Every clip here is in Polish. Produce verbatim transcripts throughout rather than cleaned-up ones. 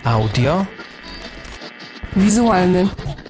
Audio. Wizualny.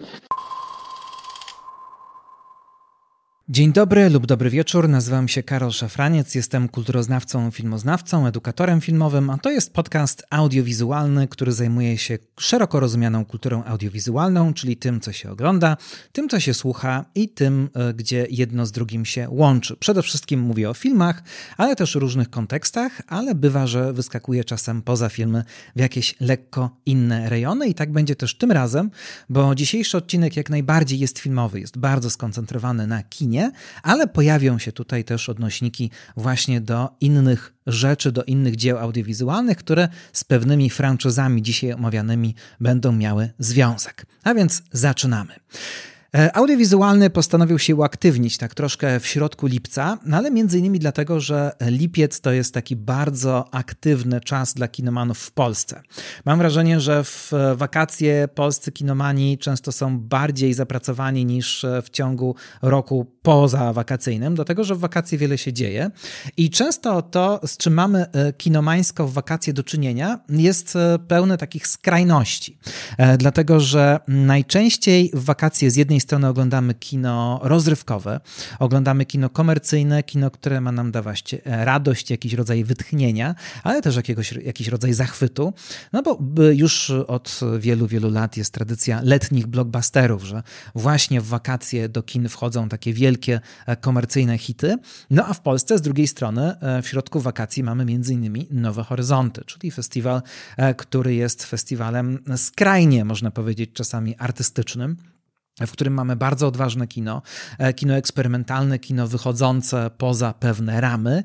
Dzień dobry lub dobry wieczór, nazywam się Karol Szafraniec, jestem kulturoznawcą, filmoznawcą, edukatorem filmowym, a to jest podcast audiowizualny, który zajmuje się szeroko rozumianą kulturą audiowizualną, czyli tym, co się ogląda, tym, co się słucha i tym, gdzie jedno z drugim się łączy. Przede wszystkim mówię o filmach, ale też o różnych kontekstach, ale bywa, że wyskakuje czasem poza filmy w jakieś lekko inne rejony i tak będzie też tym razem, bo dzisiejszy odcinek jak najbardziej jest filmowy, jest bardzo skoncentrowany na kinie, ale pojawią się tutaj też odnośniki właśnie do innych rzeczy, do innych dzieł audiowizualnych, które z pewnymi franczyzami dzisiaj omawianymi będą miały związek. A więc zaczynamy. Audiowizualny postanowił się uaktywnić tak troszkę w środku lipca, no ale między innymi dlatego, że lipiec to jest taki bardzo aktywny czas dla kinomanów w Polsce. Mam wrażenie, że w wakacje polscy kinomani często są bardziej zapracowani niż w ciągu roku pozawakacyjnym, dlatego że w wakacje wiele się dzieje i często to, z czym mamy kinomańsko w wakacje do czynienia, jest pełne takich skrajności. Dlatego, że najczęściej w wakacje z jednej strony oglądamy kino rozrywkowe, oglądamy kino komercyjne, kino, które ma nam dawać radość, jakiś rodzaj wytchnienia, ale też jakiegoś, jakiś rodzaj zachwytu, no bo już od wielu, wielu lat jest tradycja letnich blockbusterów, że właśnie w wakacje do kin wchodzą takie wielkie komercyjne hity, no a w Polsce z drugiej strony w środku wakacji mamy między innymi Nowe Horyzonty, czyli festiwal, który jest festiwalem skrajnie, można powiedzieć, czasami artystycznym, w którym mamy bardzo odważne kino, kino eksperymentalne, kino wychodzące poza pewne ramy.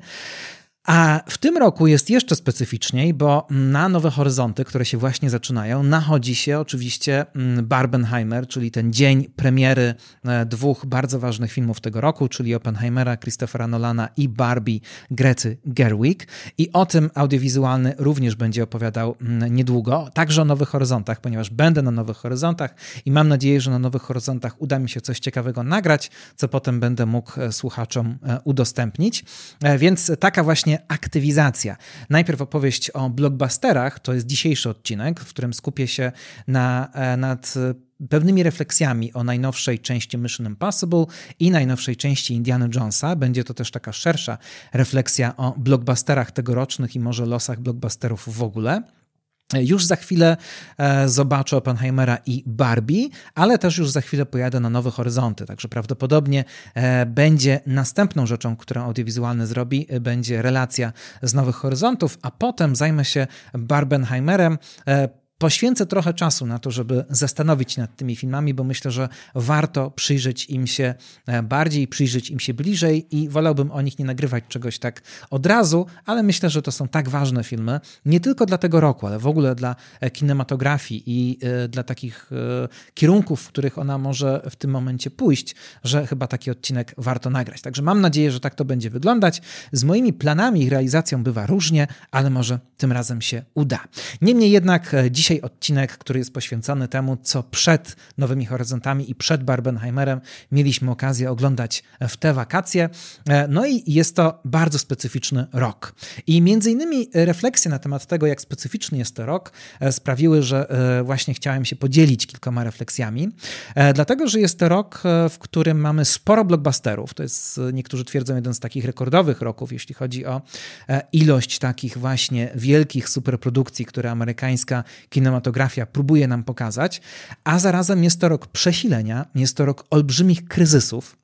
A w tym roku jest jeszcze specyficzniej, bo na Nowe Horyzonty, które się właśnie zaczynają, nachodzi się oczywiście Barbenheimer, czyli ten dzień premiery dwóch bardzo ważnych filmów tego roku, czyli Oppenheimera Christophera Nolana i Barbie Grety Gerwig. I o tym audiowizualny również będzie opowiadał niedługo, także o Nowych Horyzontach, ponieważ będę na Nowych Horyzontach i mam nadzieję, że na Nowych Horyzontach uda mi się coś ciekawego nagrać, co potem będę mógł słuchaczom udostępnić. Więc taka właśnie aktywizacja. Najpierw opowieść o blockbusterach, to jest dzisiejszy odcinek, w którym skupię się na, nad pewnymi refleksjami o najnowszej części Mission Impossible i najnowszej części Indiana Jonesa. Będzie to też taka szersza refleksja o blockbusterach tegorocznych i może losach blockbusterów w ogóle. Już za chwilę e, zobaczę Oppenheimera i Barbie, ale też już za chwilę pojadę na Nowe Horyzonty, także prawdopodobnie e, będzie następną rzeczą, którą audiowizualny zrobi, e, będzie relacja z Nowych Horyzontów, a potem zajmę się Barbenheimerem. E, Poświęcę trochę czasu na to, żeby zastanowić się nad tymi filmami, bo myślę, że warto przyjrzeć im się bardziej, przyjrzeć im się bliżej i wolałbym o nich nie nagrywać czegoś tak od razu, ale myślę, że to są tak ważne filmy, nie tylko dla tego roku, ale w ogóle dla kinematografii i dla takich kierunków, w których ona może w tym momencie pójść, że chyba taki odcinek warto nagrać. Także mam nadzieję, że tak to będzie wyglądać. Z moimi planami i realizacją bywa różnie, ale może tym razem się uda. Niemniej jednak dzisiaj odcinek, który jest poświęcony temu, co przed Nowymi Horyzontami i przed Barbenheimerem mieliśmy okazję oglądać w te wakacje. No i jest to bardzo specyficzny rok. I między innymi refleksje na temat tego, jak specyficzny jest to rok, sprawiły, że właśnie chciałem się podzielić kilkoma refleksjami. Dlatego, że jest to rok, w którym mamy sporo blockbusterów. To jest, niektórzy twierdzą, jeden z takich rekordowych roków, jeśli chodzi o ilość takich właśnie wielkich superprodukcji, które amerykańska kinematografia próbuje nam pokazać, a zarazem jest to rok przesilenia, jest to rok olbrzymich kryzysów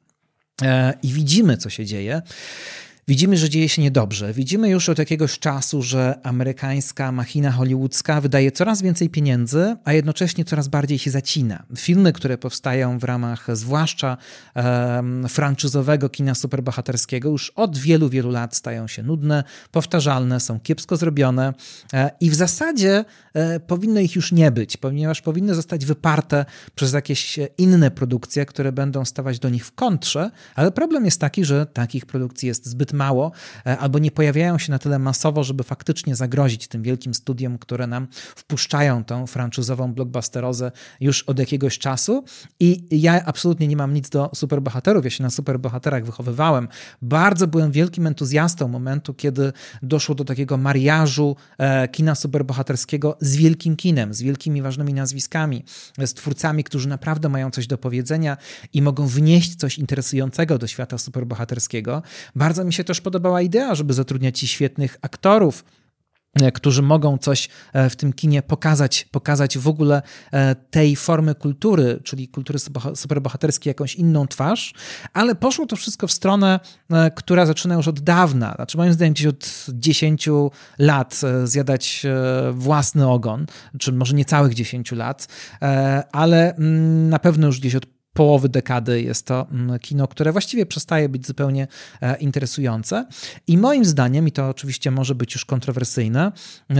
e, i widzimy, co się dzieje. Widzimy, że dzieje się niedobrze. Widzimy już od jakiegoś czasu, że amerykańska machina hollywoodzka wydaje coraz więcej pieniędzy, a jednocześnie coraz bardziej się zacina. Filmy, które powstają w ramach zwłaszcza e, franczyzowego kina superbohaterskiego, już od wielu, wielu lat stają się nudne, powtarzalne, są kiepsko zrobione e, i w zasadzie e, powinno ich już nie być, ponieważ powinny zostać wyparte przez jakieś inne produkcje, które będą stawać do nich w kontrze, ale problem jest taki, że takich produkcji jest zbyt mało, albo nie pojawiają się na tyle masowo, żeby faktycznie zagrozić tym wielkim studiom, które nam wpuszczają tą franczyzową blockbusterozę już od jakiegoś czasu. I ja absolutnie nie mam nic do superbohaterów, ja się na superbohaterach wychowywałem. Bardzo byłem wielkim entuzjastą momentu, kiedy doszło do takiego mariażu e, kina superbohaterskiego z wielkim kinem, z wielkimi, ważnymi nazwiskami, z twórcami, którzy naprawdę mają coś do powiedzenia i mogą wnieść coś interesującego do świata superbohaterskiego. Bardzo mi się też podobała idea, żeby zatrudniać ci świetnych aktorów, którzy mogą coś w tym kinie pokazać, pokazać w ogóle tej formy kultury, czyli kultury superbohaterskiej, jakąś inną twarz, ale poszło to wszystko w stronę, która zaczyna już od dawna, znaczy moim zdaniem gdzieś od dziesięciu lat zjadać własny ogon, czy może nie całych dziesięciu lat, ale na pewno już gdzieś od połowy dekady jest to kino, które właściwie przestaje być zupełnie interesujące. I moim zdaniem, i to oczywiście może być już kontrowersyjne,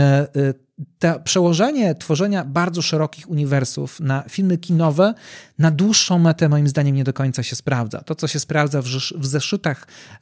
to przełożenie tworzenia bardzo szerokich uniwersów na filmy kinowe na dłuższą metę moim zdaniem nie do końca się sprawdza. To, co się sprawdza w, w zeszytach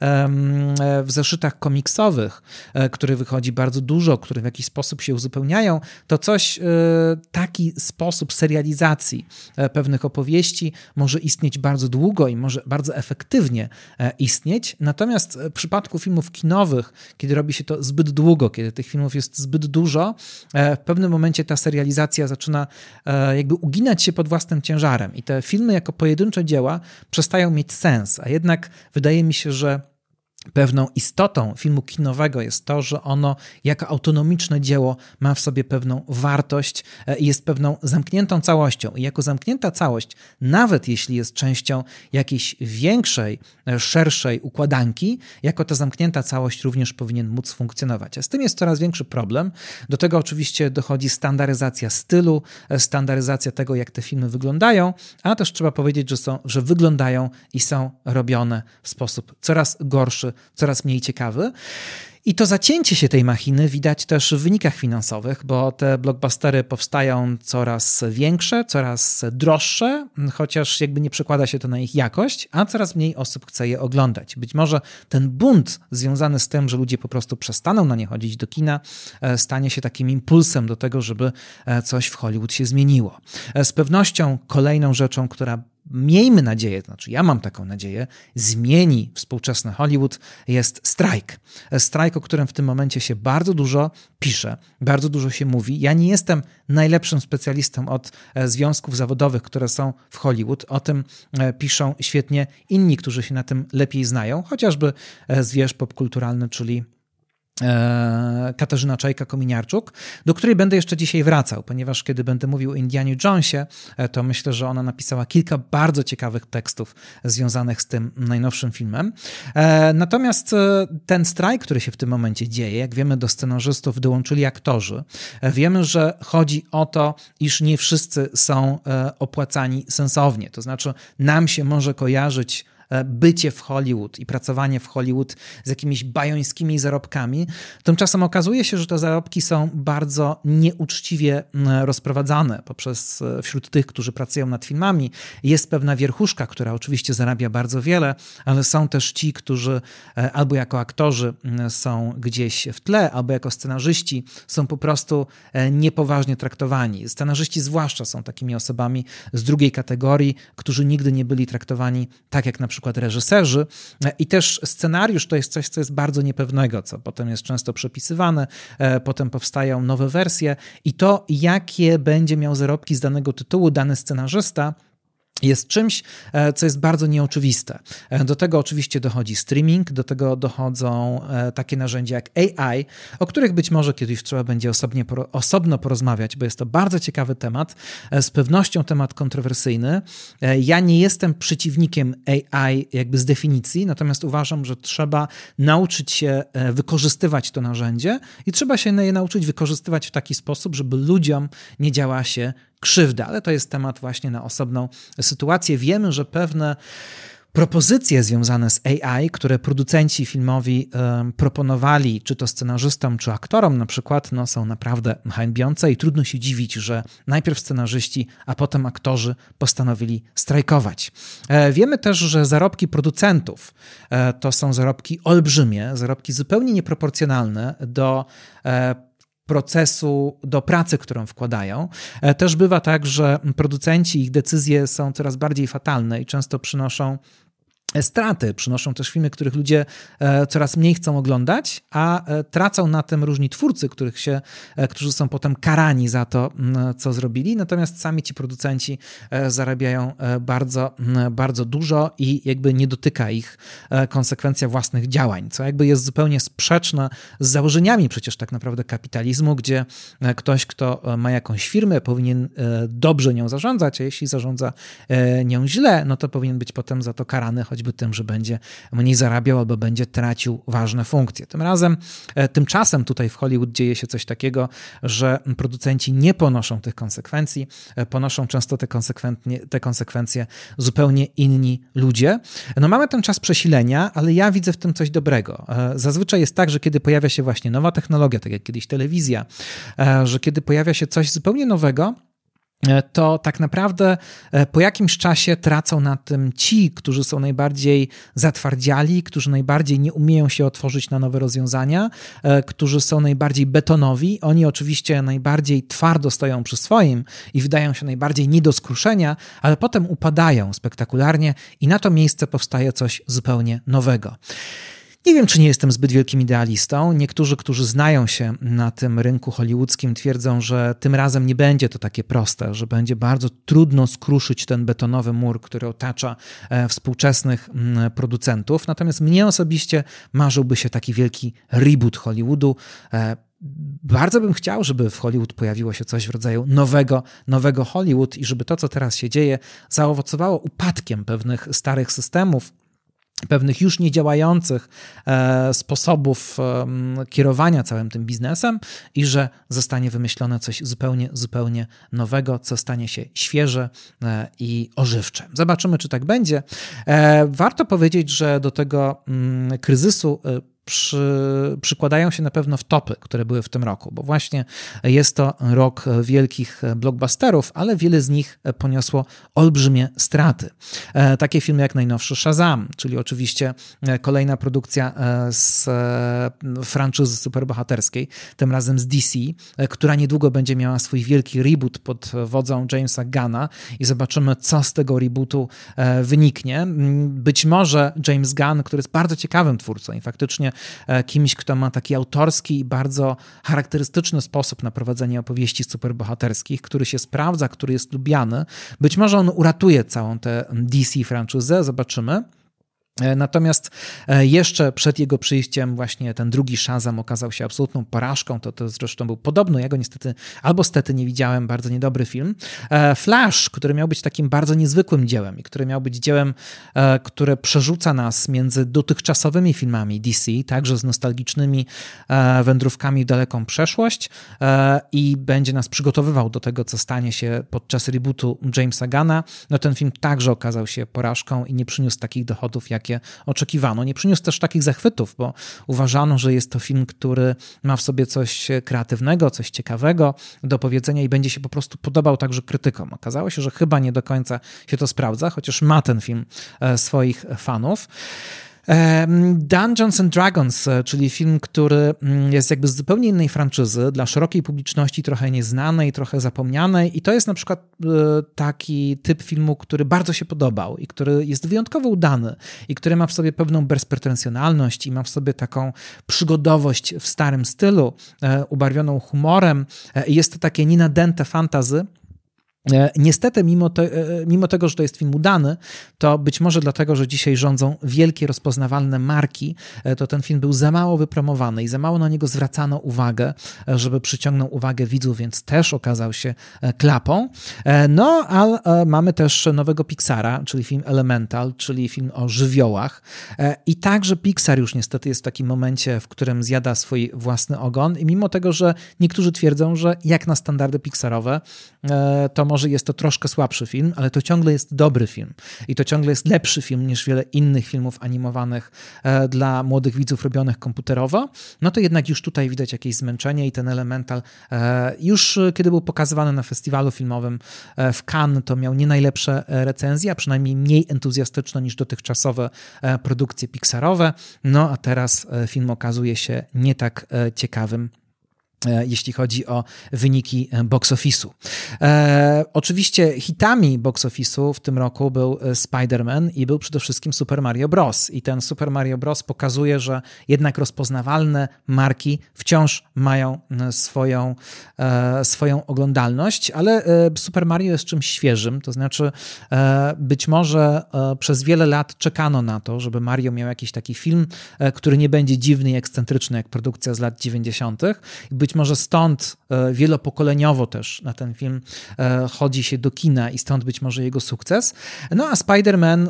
w zeszytach komiksowych, które wychodzi bardzo dużo, które w jakiś sposób się uzupełniają, to coś, taki sposób serializacji pewnych opowieści może istnieć bardzo długo i może bardzo efektywnie istnieć. Natomiast w przypadku filmów kinowych, kiedy robi się to zbyt długo, kiedy tych filmów jest zbyt dużo, w pewnym momencie ta serializacja zaczyna jakby uginać się pod własnym ciężarem i te filmy jako pojedyncze dzieła przestają mieć sens, a jednak wydaje mi się, że pewną istotą filmu kinowego jest to, że ono jako autonomiczne dzieło ma w sobie pewną wartość i jest pewną zamkniętą całością. I jako zamknięta całość, nawet jeśli jest częścią jakiejś większej, szerszej układanki, jako ta zamknięta całość również powinien móc funkcjonować. A z tym jest coraz większy problem. Do tego oczywiście dochodzi standaryzacja stylu, standaryzacja tego, jak te filmy wyglądają, a też trzeba powiedzieć, że, są, że wyglądają i są robione w sposób coraz gorszy, coraz mniej ciekawy. I to zacięcie się tej machiny widać też w wynikach finansowych, bo te blockbustery powstają coraz większe, coraz droższe, chociaż jakby nie przekłada się to na ich jakość, a coraz mniej osób chce je oglądać. Być może ten bunt związany z tym, że ludzie po prostu przestaną na nie chodzić do kina, stanie się takim impulsem do tego, żeby coś w Hollywood się zmieniło. Z pewnością kolejną rzeczą, która miejmy nadzieję, to znaczy ja mam taką nadzieję, zmieni współczesny Hollywood, jest strajk. Strajk, o którym w tym momencie się bardzo dużo pisze, bardzo dużo się mówi. Ja nie jestem najlepszym specjalistą od związków zawodowych, które są w Hollywood. O tym piszą świetnie inni, którzy się na tym lepiej znają, chociażby zwierz popkulturalny, czyli Katarzyna Czajka-Kominiarczuk, do której będę jeszcze dzisiaj wracał, ponieważ kiedy będę mówił o Indianie Jonesie, to myślę, że ona napisała kilka bardzo ciekawych tekstów związanych z tym najnowszym filmem. Natomiast ten strajk, który się w tym momencie dzieje, jak wiemy, do scenarzystów dołączyli aktorzy. Wiemy, że chodzi o to, iż nie wszyscy są opłacani sensownie. To znaczy nam się może kojarzyć bycie w Hollywood i pracowanie w Hollywood z jakimiś bajońskimi zarobkami. Tymczasem okazuje się, że te zarobki są bardzo nieuczciwie rozprowadzane poprzez wśród tych, którzy pracują nad filmami. Jest pewna wierchuszka, która oczywiście zarabia bardzo wiele, ale są też ci, którzy albo jako aktorzy są gdzieś w tle, albo jako scenarzyści są po prostu niepoważnie traktowani. Scenarzyści zwłaszcza są takimi osobami z drugiej kategorii, którzy nigdy nie byli traktowani tak jak na przykład przykład reżyserzy i też scenariusz to jest coś, co jest bardzo niepewnego, co potem jest często przepisywane, potem powstają nowe wersje i to, jakie będzie miał zarobki z danego tytułu dany scenarzysta, jest czymś, co jest bardzo nieoczywiste. Do tego oczywiście dochodzi streaming, do tego dochodzą takie narzędzia jak A I, o których być może kiedyś trzeba będzie osobnie, osobno porozmawiać, bo jest to bardzo ciekawy temat, z pewnością temat kontrowersyjny. Ja nie jestem przeciwnikiem A I jakby z definicji, natomiast uważam, że trzeba nauczyć się wykorzystywać to narzędzie i trzeba się je nauczyć wykorzystywać w taki sposób, żeby ludziom nie działa się krzywda, ale to jest temat właśnie na osobną sytuację. Wiemy, że pewne propozycje związane z A I, które producenci filmowi e, proponowali, czy to scenarzystom, czy aktorom na przykład, no, są naprawdę hańbiące i trudno się dziwić, że najpierw scenarzyści, a potem aktorzy postanowili strajkować. E, wiemy też, że zarobki producentów e, to są zarobki olbrzymie, zarobki zupełnie nieproporcjonalne do e, procesu, do pracy, którą wkładają. Też bywa tak, że producenci, ich decyzje są coraz bardziej fatalne i często przynoszą straty, przynoszą też filmy, których ludzie coraz mniej chcą oglądać, a tracą na tym różni twórcy, których się, którzy są potem karani za to, co zrobili, natomiast sami ci producenci zarabiają bardzo, bardzo dużo i jakby nie dotyka ich konsekwencja własnych działań, co jakby jest zupełnie sprzeczne z założeniami przecież tak naprawdę kapitalizmu, gdzie ktoś, kto ma jakąś firmę, powinien dobrze nią zarządzać, a jeśli zarządza nią źle, no to powinien być potem za to karany, choćby tym, że będzie mniej zarabiał albo będzie tracił ważne funkcje. Tym razem, tymczasem tutaj w Hollywood dzieje się coś takiego, że producenci nie ponoszą tych konsekwencji, ponoszą często te, te konsekwencje zupełnie inni ludzie. No mamy ten czas przesilenia, ale ja widzę w tym coś dobrego. Zazwyczaj jest tak, że kiedy pojawia się właśnie nowa technologia, tak jak kiedyś telewizja, że kiedy pojawia się coś zupełnie nowego, to tak naprawdę po jakimś czasie tracą na tym ci, którzy są najbardziej zatwardziali, którzy najbardziej nie umieją się otworzyć na nowe rozwiązania, którzy są najbardziej betonowi. Oni oczywiście najbardziej twardo stoją przy swoim i wydają się najbardziej nie do skruszenia, ale potem upadają spektakularnie i na to miejsce powstaje coś zupełnie nowego. Nie wiem, czy nie jestem zbyt wielkim idealistą. Niektórzy, którzy znają się na tym rynku hollywoodzkim, twierdzą, że tym razem nie będzie to takie proste, że będzie bardzo trudno skruszyć ten betonowy mur, który otacza współczesnych producentów. Natomiast mnie osobiście marzyłby się taki wielki reboot Hollywoodu. Bardzo bym chciał, żeby w Hollywood pojawiło się coś w rodzaju nowego, nowego Hollywood i żeby to, co teraz się dzieje, zaowocowało upadkiem pewnych starych systemów, pewnych już niedziałających e, sposobów e, kierowania całym tym biznesem i że zostanie wymyślone coś zupełnie, zupełnie nowego, co stanie się świeże e, i ożywcze. Zobaczymy, czy tak będzie. E, warto powiedzieć, że do tego mm, kryzysu e, Przy, przykładają się na pewno wtopy, które były w tym roku, bo właśnie jest to rok wielkich blockbusterów, ale wiele z nich poniosło olbrzymie straty. E, takie filmy jak najnowszy Shazam, czyli oczywiście kolejna produkcja z franczyzy superbohaterskiej, tym razem z D C, która niedługo będzie miała swój wielki reboot pod wodzą Jamesa Gunna i zobaczymy, co z tego rebootu wyniknie. Być może James Gunn, który jest bardzo ciekawym twórcą i faktycznie kimś, kto ma taki autorski i bardzo charakterystyczny sposób na prowadzenie opowieści superbohaterskich, który się sprawdza, który jest lubiany. Być może on uratuje całą tę D C franczyzę, zobaczymy. Natomiast jeszcze przed jego przyjściem właśnie ten drugi Shazam okazał się absolutną porażką, to, to zresztą był podobno, ja go niestety albo stety nie widziałem, bardzo niedobry film. Flash, który miał być takim bardzo niezwykłym dziełem i który miał być dziełem, które przerzuca nas między dotychczasowymi filmami D C, także z nostalgicznymi wędrówkami w daleką przeszłość i będzie nas przygotowywał do tego, co stanie się podczas rebootu Jamesa Gunna. No ten film także okazał się porażką i nie przyniósł takich dochodów, jak jakie oczekiwano. Nie przyniósł też takich zachwytów, bo uważano, że jest to film, który ma w sobie coś kreatywnego, coś ciekawego do powiedzenia i będzie się po prostu podobał także krytykom. Okazało się, że chyba nie do końca się to sprawdza, chociaż ma ten film swoich fanów. Dungeons and Dragons, czyli film, który jest jakby z zupełnie innej franczyzy, dla szerokiej publiczności trochę nieznanej, trochę zapomnianej i to jest na przykład taki typ filmu, który bardzo się podobał i który jest wyjątkowo udany i który ma w sobie pewną bezpretensjonalność i ma w sobie taką przygodowość w starym stylu, ubarwioną humorem. Jest to takie nienadęte fantasy. Niestety, mimo, te, mimo tego, że to jest film udany, to być może dlatego, że dzisiaj rządzą wielkie, rozpoznawalne marki, to ten film był za mało wypromowany i za mało na niego zwracano uwagę, żeby przyciągnął uwagę widzów, więc też okazał się klapą. No, ale mamy też nowego Pixara, czyli film Elemental, czyli film o żywiołach i także Pixar już niestety jest w takim momencie, w którym zjada swój własny ogon i mimo tego, że niektórzy twierdzą, że jak na standardy pixarowe, to może może jest to troszkę słabszy film, ale to ciągle jest dobry film i to ciągle jest lepszy film niż wiele innych filmów animowanych dla młodych widzów robionych komputerowo, no to jednak już tutaj widać jakieś zmęczenie i ten Elemental już kiedy był pokazywany na festiwalu filmowym w Cannes, to miał nie najlepsze recenzje, a przynajmniej mniej entuzjastyczne niż dotychczasowe produkcje Pixarowe, no a teraz film okazuje się nie tak ciekawym, jeśli chodzi o wyniki box office'u. E, oczywiście hitami box office'u w tym roku był Spider-Man i był przede wszystkim Super Mario Bros. I ten Super Mario Bros. Pokazuje, że jednak rozpoznawalne marki wciąż mają swoją, e, swoją oglądalność, ale e, Super Mario jest czymś świeżym, to znaczy e, być może e, przez wiele lat czekano na to, żeby Mario miał jakiś taki film, e, który nie będzie dziwny i ekscentryczny jak produkcja z lat dziewięćdziesiątych. Być może stąd wielopokoleniowo też na ten film chodzi się do kina i stąd być może jego sukces. No a Spider-Man,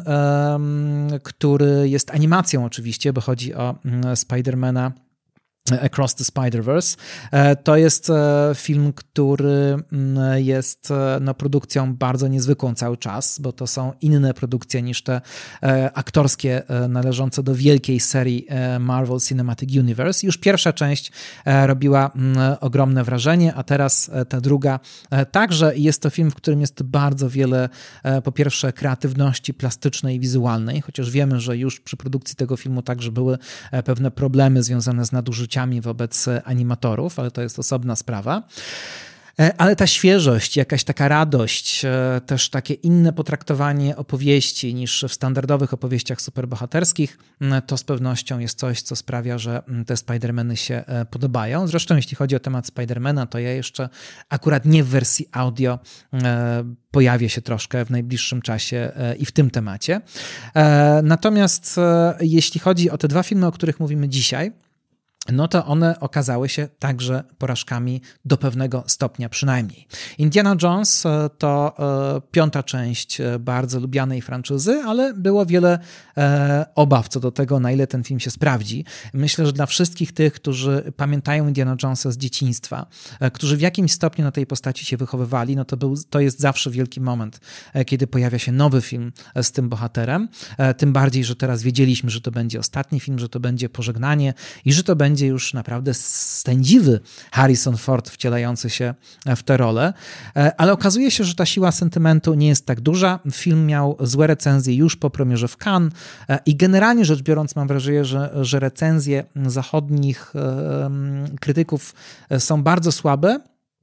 który jest animacją oczywiście, bo chodzi o Spider-Mana Across the Spider-Verse. To jest film, który jest no, produkcją bardzo niezwykłą cały czas, bo to są inne produkcje niż te aktorskie należące do wielkiej serii Marvel Cinematic Universe. Już pierwsza część robiła ogromne wrażenie, a teraz ta druga także. Jest to film, w którym jest bardzo wiele, po pierwsze, kreatywności plastycznej i wizualnej, chociaż wiemy, że już przy produkcji tego filmu także były pewne problemy związane z nadużyciami wobec animatorów, ale to jest osobna sprawa. Ale ta świeżość, jakaś taka radość, też takie inne potraktowanie opowieści niż w standardowych opowieściach superbohaterskich, to z pewnością jest coś, co sprawia, że te Spider-Many się podobają. Zresztą jeśli chodzi o temat Spider-Mana, to ja jeszcze akurat nie w wersji audio pojawię się troszkę w najbliższym czasie i w tym temacie. Natomiast jeśli chodzi o te dwa filmy, o których mówimy dzisiaj, no to one okazały się także porażkami do pewnego stopnia przynajmniej. Indiana Jones to piąta część bardzo lubianej franczyzy, ale było wiele obaw co do tego, na ile ten film się sprawdzi. Myślę, że dla wszystkich tych, którzy pamiętają Indiana Jonesa z dzieciństwa, którzy w jakimś stopniu na tej postaci się wychowywali, no to, był, to jest zawsze wielki moment, kiedy pojawia się nowy film z tym bohaterem. Tym bardziej, że teraz wiedzieliśmy, że to będzie ostatni film, że to będzie pożegnanie i że to będzie będzie już naprawdę stędziwy Harrison Ford wcielający się w tę rolę, ale okazuje się, że ta siła sentymentu nie jest tak duża. Film miał złe recenzje już po premierze w Cannes i generalnie rzecz biorąc mam wrażenie, że, że recenzje zachodnich krytyków są bardzo słabe.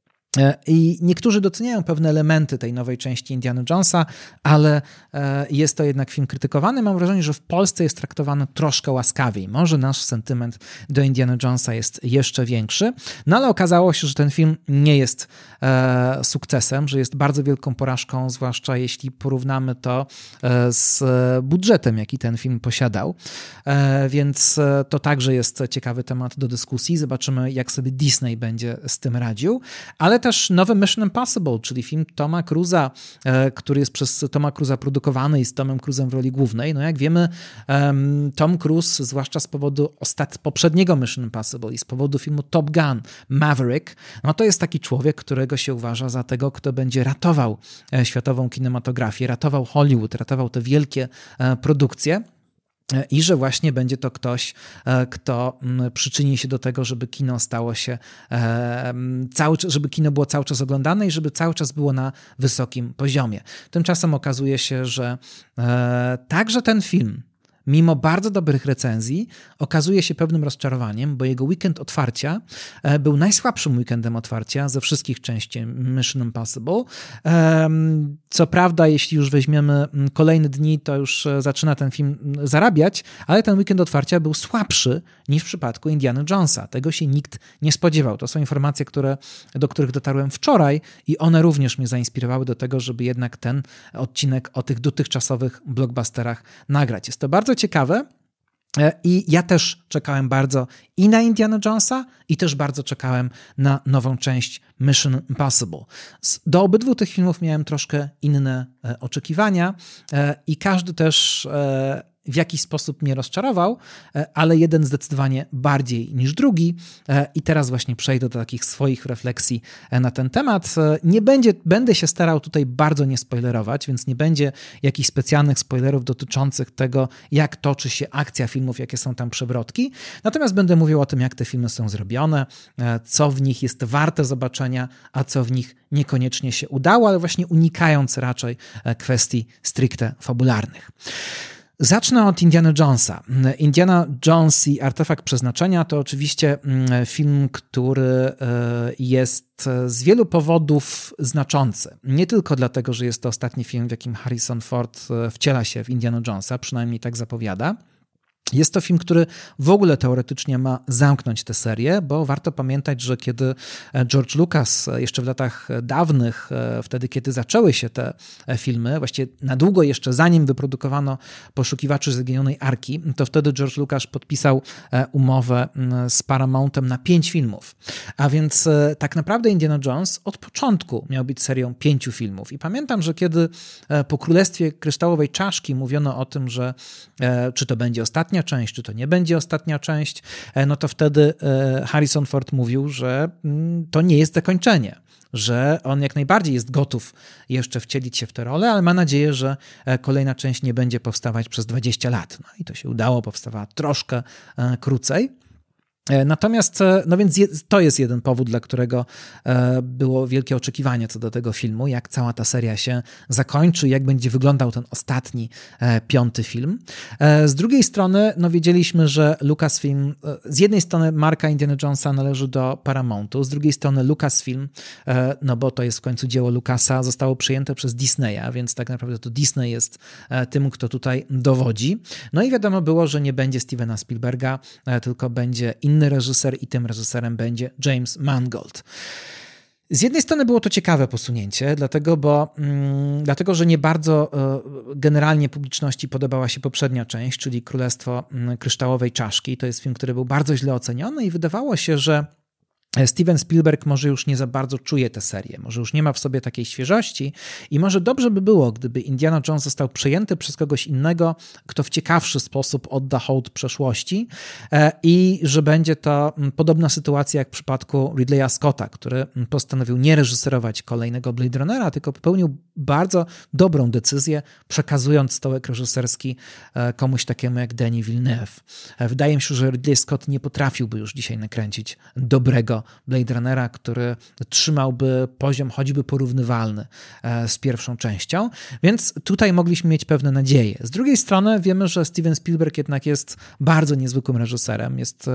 I niektórzy doceniają pewne elementy tej nowej części Indiana Jonesa, ale jest to jednak film krytykowany. Mam wrażenie, że w Polsce jest traktowany troszkę łaskawiej. Może nasz sentyment do Indiana Jonesa jest jeszcze większy, no ale okazało się, że ten film nie jest sukcesem, że jest bardzo wielką porażką, zwłaszcza jeśli porównamy to z budżetem, jaki ten film posiadał. Więc to także jest ciekawy temat do dyskusji. Zobaczymy, jak sobie Disney będzie z tym radził, ale też nowy Mission Impossible, czyli film Toma Cruise'a, który jest przez Toma Cruise'a produkowany i z Tomem Cruise'em w roli głównej. No jak wiemy, Tom Cruise, zwłaszcza z powodu ostat... poprzedniego Mission Impossible i z powodu filmu Top Gun, Maverick, no to jest taki człowiek, którego się uważa za tego, kto będzie ratował światową kinematografię, ratował Hollywood, ratował te wielkie produkcje. I że właśnie będzie to ktoś, kto przyczyni się do tego, żeby kino stało się cały, żeby kino było cały czas oglądane i żeby cały czas było na wysokim poziomie. Tymczasem okazuje się, że także ten film, mimo bardzo dobrych recenzji, okazuje się pewnym rozczarowaniem, bo jego weekend otwarcia był najsłabszym weekendem otwarcia ze wszystkich części Mission Impossible. Co prawda, jeśli już weźmiemy kolejne dni, to już zaczyna ten film zarabiać, ale ten weekend otwarcia był słabszy niż w przypadku Indiana Jonesa. Tego się nikt nie spodziewał. To są informacje, które, do których dotarłem wczoraj i one również mnie zainspirowały do tego, żeby jednak ten odcinek o tych dotychczasowych blockbusterach nagrać. Jest to bardzo ciekawe i ja też czekałem bardzo i na Indiana Jonesa i też bardzo czekałem na nową część Mission Impossible. Do obydwu tych filmów miałem troszkę inne oczekiwania i każdy też w jakiś sposób mnie rozczarował, ale jeden zdecydowanie bardziej niż drugi i teraz właśnie przejdę do takich swoich refleksji na ten temat. Nie będzie, będę się starał tutaj bardzo nie spoilerować, więc nie będzie jakichś specjalnych spoilerów dotyczących tego, jak toczy się akcja filmów, jakie są tam przewrotki, natomiast będę mówił o tym, jak te filmy są zrobione, co w nich jest warte zobaczenia, a co w nich niekoniecznie się udało, ale właśnie unikając raczej kwestii stricte fabularnych. Zacznę od Indiana Jonesa. Indiana Jones i Artefakt Przeznaczenia to oczywiście film, który jest z wielu powodów znaczący. Nie tylko dlatego, że jest to ostatni film, w jakim Harrison Ford wciela się w Indiana Jonesa, przynajmniej tak zapowiada. Jest to film, który w ogóle teoretycznie ma zamknąć tę serię, bo warto pamiętać, że kiedy George Lucas jeszcze w latach dawnych, wtedy kiedy zaczęły się te filmy, właściwie na długo jeszcze zanim wyprodukowano Poszukiwaczy Zaginionej Arki, to wtedy George Lucas podpisał umowę z Paramountem na pięć filmów. A więc tak naprawdę Indiana Jones od początku miał być serią pięciu filmów. I pamiętam, że kiedy po Królestwie Kryształowej Czaszki mówiono o tym, że czy to będzie ostatnia część, czy to nie będzie ostatnia część, no to wtedy Harrison Ford mówił, że to nie jest zakończenie, że on jak najbardziej jest gotów jeszcze wcielić się w tę rolę, ale ma nadzieję, że kolejna część nie będzie powstawać przez dwadzieścia lat. No i to się udało, powstawała troszkę krócej. Natomiast, no więc to jest jeden powód, dla którego było wielkie oczekiwanie co do tego filmu, jak cała ta seria się zakończy, jak będzie wyglądał ten ostatni, piąty film. Z drugiej strony, no wiedzieliśmy, że Lucasfilm, z jednej strony marka Indiana Jonesa należy do Paramountu, z drugiej strony Lucasfilm, no bo to jest w końcu dzieło Lucasa, zostało przejęte przez Disneya, więc tak naprawdę to Disney jest tym, kto tutaj dowodzi. No i wiadomo było, że nie będzie Stevena Spielberga, tylko będzie inny inny reżyser i tym reżyserem będzie James Mangold. Z jednej strony było to ciekawe posunięcie, dlatego, bo, mm, dlatego że nie bardzo y, generalnie publiczności podobała się poprzednia część, czyli Królestwo Kryształowej Czaszki. To jest film, który był bardzo źle oceniony i wydawało się, że Steven Spielberg może już nie za bardzo czuje tę serię, może już nie ma w sobie takiej świeżości i może dobrze by było, gdyby Indiana Jones został przejęty przez kogoś innego, kto w ciekawszy sposób odda hołd przeszłości i że będzie to podobna sytuacja jak w przypadku Ridleya Scotta, który postanowił nie reżyserować kolejnego Blade Runnera, tylko popełnił bardzo dobrą decyzję, przekazując stołek reżyserski komuś takiemu jak Denis Villeneuve. Wydaje mi się, że Ridley Scott nie potrafiłby już dzisiaj nakręcić dobrego Blade Runnera, który trzymałby poziom choćby porównywalny z pierwszą częścią, więc tutaj mogliśmy mieć pewne nadzieje. Z drugiej strony wiemy, że Steven Spielberg jednak jest bardzo niezwykłym reżyserem, jest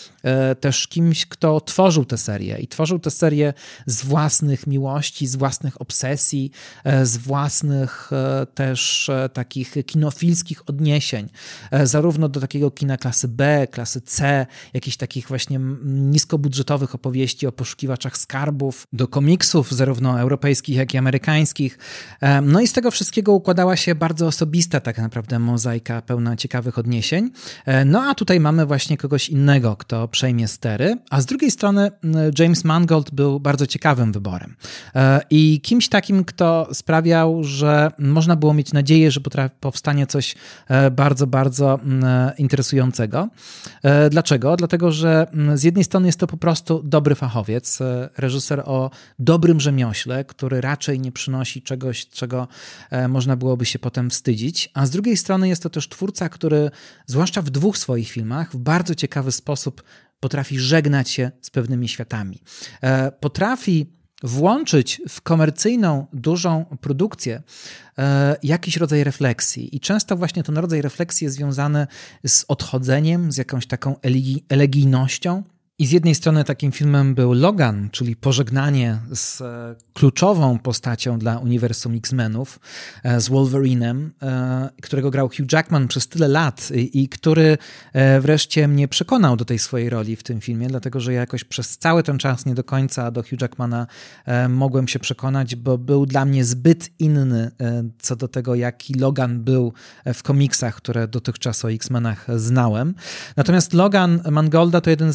też kimś, kto tworzył tę serię i tworzył tę serię z własnych miłości, z własnych obsesji, z własnych też takich kinofilskich odniesień, zarówno do takiego kina klasy B, klasy C, jakichś takich właśnie niskobudżetowych opowieści o poszukiwaczach skarbów, do komiksów zarówno europejskich, jak i amerykańskich. No i z tego wszystkiego układała się bardzo osobista tak naprawdę mozaika pełna ciekawych odniesień. No a tutaj mamy właśnie kogoś innego, kto przejmie stery, a z drugiej strony James Mangold był bardzo ciekawym wyborem i kimś takim, kto sprawiał, że można było mieć nadzieję, że powstanie coś bardzo, bardzo interesującego. Dlaczego? Dlatego, że z jednej strony jest to po prostu dobry fachowiec, reżyser o dobrym rzemiośle, który raczej nie przynosi czegoś, czego można byłoby się potem wstydzić, a z drugiej strony jest to też twórca, który zwłaszcza w dwóch swoich filmach w bardzo ciekawy sposób potrafi żegnać się z pewnymi światami. Potrafi włączyć w komercyjną, dużą produkcję e, jakiś rodzaj refleksji. I często właśnie ten rodzaj refleksji jest związany z odchodzeniem, z jakąś taką elegi- elegijnością. I z jednej strony takim filmem był Logan, czyli pożegnanie z kluczową postacią dla uniwersum X-Menów, z Wolverinem, którego grał Hugh Jackman przez tyle lat i, i który wreszcie mnie przekonał do tej swojej roli w tym filmie, dlatego że ja jakoś przez cały ten czas nie do końca do Hugh Jackmana mogłem się przekonać, bo był dla mnie zbyt inny co do tego, jaki Logan był w komiksach, które dotychczas o X-Menach znałem. Natomiast Logan Mangolda to jeden z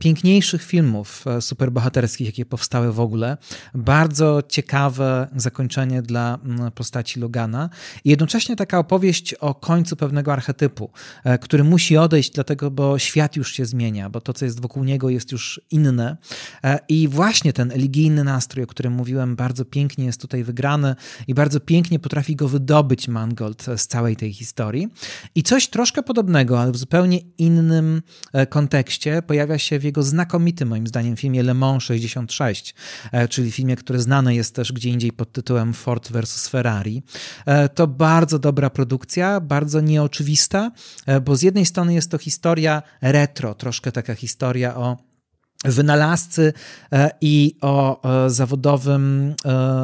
piękniejszych filmów superbohaterskich, jakie powstały w ogóle. Bardzo ciekawe zakończenie dla postaci Logana i jednocześnie taka opowieść o końcu pewnego archetypu, który musi odejść dlatego, bo świat już się zmienia, bo to, co jest wokół niego, jest już inne. I właśnie ten eligijny nastrój, o którym mówiłem, bardzo pięknie jest tutaj wygrany i bardzo pięknie potrafi go wydobyć Mangold z całej tej historii. I coś troszkę podobnego, ale w zupełnie innym kontekście pojawia się w jego znakomitym, moim zdaniem, filmie Le Mans sześćdziesiąt sześć, czyli filmie, który znany jest też gdzie indziej pod tytułem Ford versus Ferrari. To bardzo dobra produkcja, bardzo nieoczywista, bo z jednej strony jest to historia retro, troszkę taka historia o wynalazcy i o zawodowym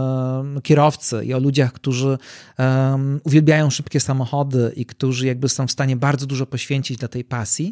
kierowcy i o ludziach, którzy uwielbiają szybkie samochody i którzy jakby są w stanie bardzo dużo poświęcić dla tej pasji.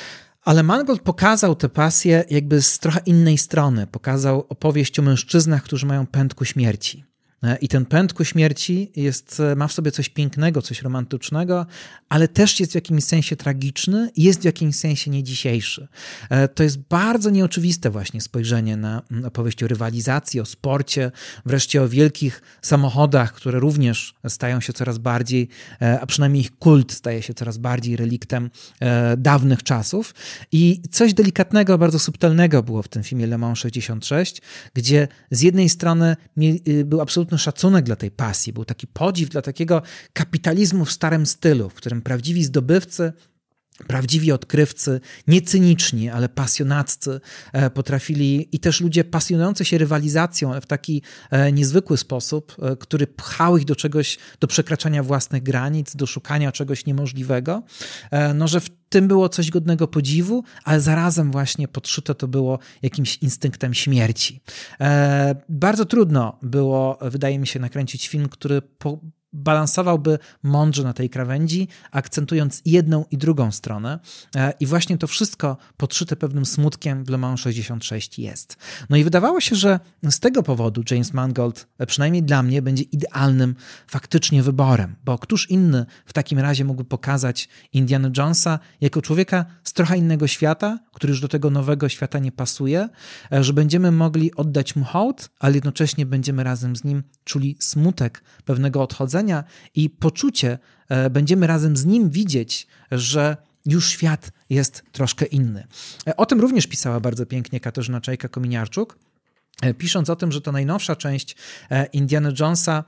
Ale Mangold pokazał tę pasję jakby z trochę innej strony. Pokazał opowieść o mężczyznach, którzy mają pęd ku śmierci. I ten pęd ku śmierci jest, ma w sobie coś pięknego, coś romantycznego, ale też jest w jakimś sensie tragiczny i jest w jakimś sensie niedzisiejszy. To jest bardzo nieoczywiste właśnie spojrzenie na opowieść o rywalizacji, o sporcie, wreszcie o wielkich samochodach, które również stają się coraz bardziej, a przynajmniej ich kult staje się coraz bardziej reliktem dawnych czasów. I coś delikatnego, bardzo subtelnego było w tym filmie Le Mans sześćdziesiąt sześć, gdzie z jednej strony był absolutny szacunek dla tej pasji, był taki podziw dla takiego kapitalizmu w starym stylu, w którym prawdziwi zdobywcy, prawdziwi odkrywcy, nie cyniczni, ale pasjonaccy potrafili i też ludzie pasjonujący się rywalizacją, ale w taki niezwykły sposób, który pchał ich do czegoś, do przekraczania własnych granic, do szukania czegoś niemożliwego, no że w tym było coś godnego podziwu, ale zarazem właśnie podszyte to było jakimś instynktem śmierci. Bardzo trudno było, wydaje mi się, nakręcić film, który po balansowałby mądrze na tej krawędzi, akcentując jedną i drugą stronę. I właśnie to wszystko podszyte pewnym smutkiem w Le Mans sześćdziesiąt sześć jest. No i wydawało się, że z tego powodu James Mangold, przynajmniej dla mnie, będzie idealnym faktycznie wyborem, bo któż inny w takim razie mógłby pokazać Indiana Jonesa jako człowieka z trochę innego świata, który już do tego nowego świata nie pasuje, że będziemy mogli oddać mu hołd, ale jednocześnie będziemy razem z nim czuli smutek pewnego odchodzenia i poczucie, będziemy razem z nim widzieć, że już świat jest troszkę inny. O tym również pisała bardzo pięknie Katarzyna Czajka-Kominiarczuk, pisząc o tym, że ta najnowsza część Indiana Jonesa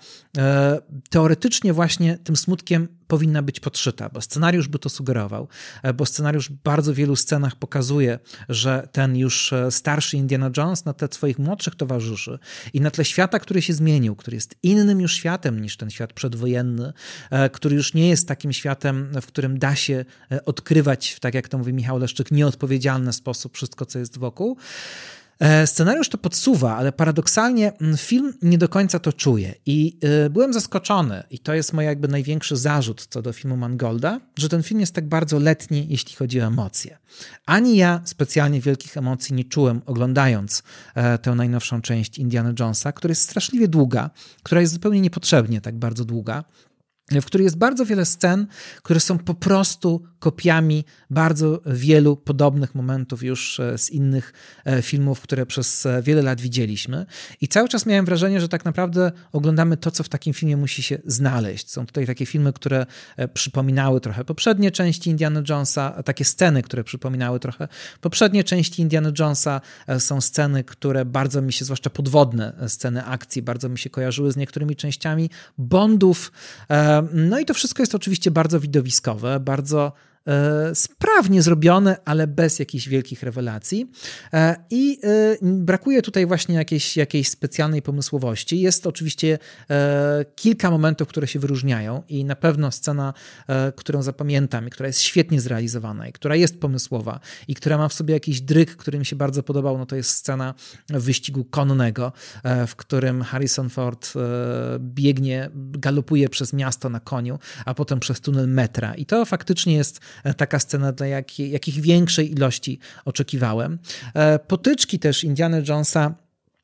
teoretycznie właśnie tym smutkiem powinna być podszyta, bo scenariusz by to sugerował, bo scenariusz w bardzo wielu scenach pokazuje, że ten już starszy Indiana Jones na tle swoich młodszych towarzyszy i na tle świata, który się zmienił, który jest innym już światem niż ten świat przedwojenny, który już nie jest takim światem, w którym da się odkrywać, tak jak to mówi Michał Leszczyk, nieodpowiedzialny sposób wszystko, co jest wokół. Scenariusz to podsuwa, ale paradoksalnie film nie do końca to czuje i byłem zaskoczony i to jest mój jakby największy zarzut co do filmu Mangolda, że ten film jest tak bardzo letni, jeśli chodzi o emocje. Ani ja specjalnie wielkich emocji nie czułem oglądając tę najnowszą część Indiana Jonesa, która jest straszliwie długa, która jest zupełnie niepotrzebnie tak bardzo długa, w której jest bardzo wiele scen, które są po prostu kopiami bardzo wielu podobnych momentów już z innych filmów, które przez wiele lat widzieliśmy. I cały czas miałem wrażenie, że tak naprawdę oglądamy to, co w takim filmie musi się znaleźć. Są tutaj takie filmy, które przypominały trochę poprzednie części Indiana Jonesa, takie sceny, które przypominały trochę poprzednie części Indiana Jonesa. Są sceny, które bardzo mi się, zwłaszcza podwodne sceny akcji, bardzo mi się kojarzyły z niektórymi częściami Bondów. No i to wszystko jest oczywiście bardzo widowiskowe, bardzo sprawnie zrobione, ale bez jakichś wielkich rewelacji. I brakuje tutaj właśnie jakiejś, jakiejś specjalnej pomysłowości. Jest oczywiście kilka momentów, które się wyróżniają i na pewno scena, którą zapamiętam i która jest świetnie zrealizowana i która jest pomysłowa i która ma w sobie jakiś dryg, który mi się bardzo podobał, no to jest scena wyścigu konnego, w którym Harrison Ford biegnie, galopuje przez miasto na koniu, a potem przez tunel metra. I to faktycznie jest taka scena, dla jakiej, jakich większej ilości oczekiwałem. Potyczki też Indiana Jonesa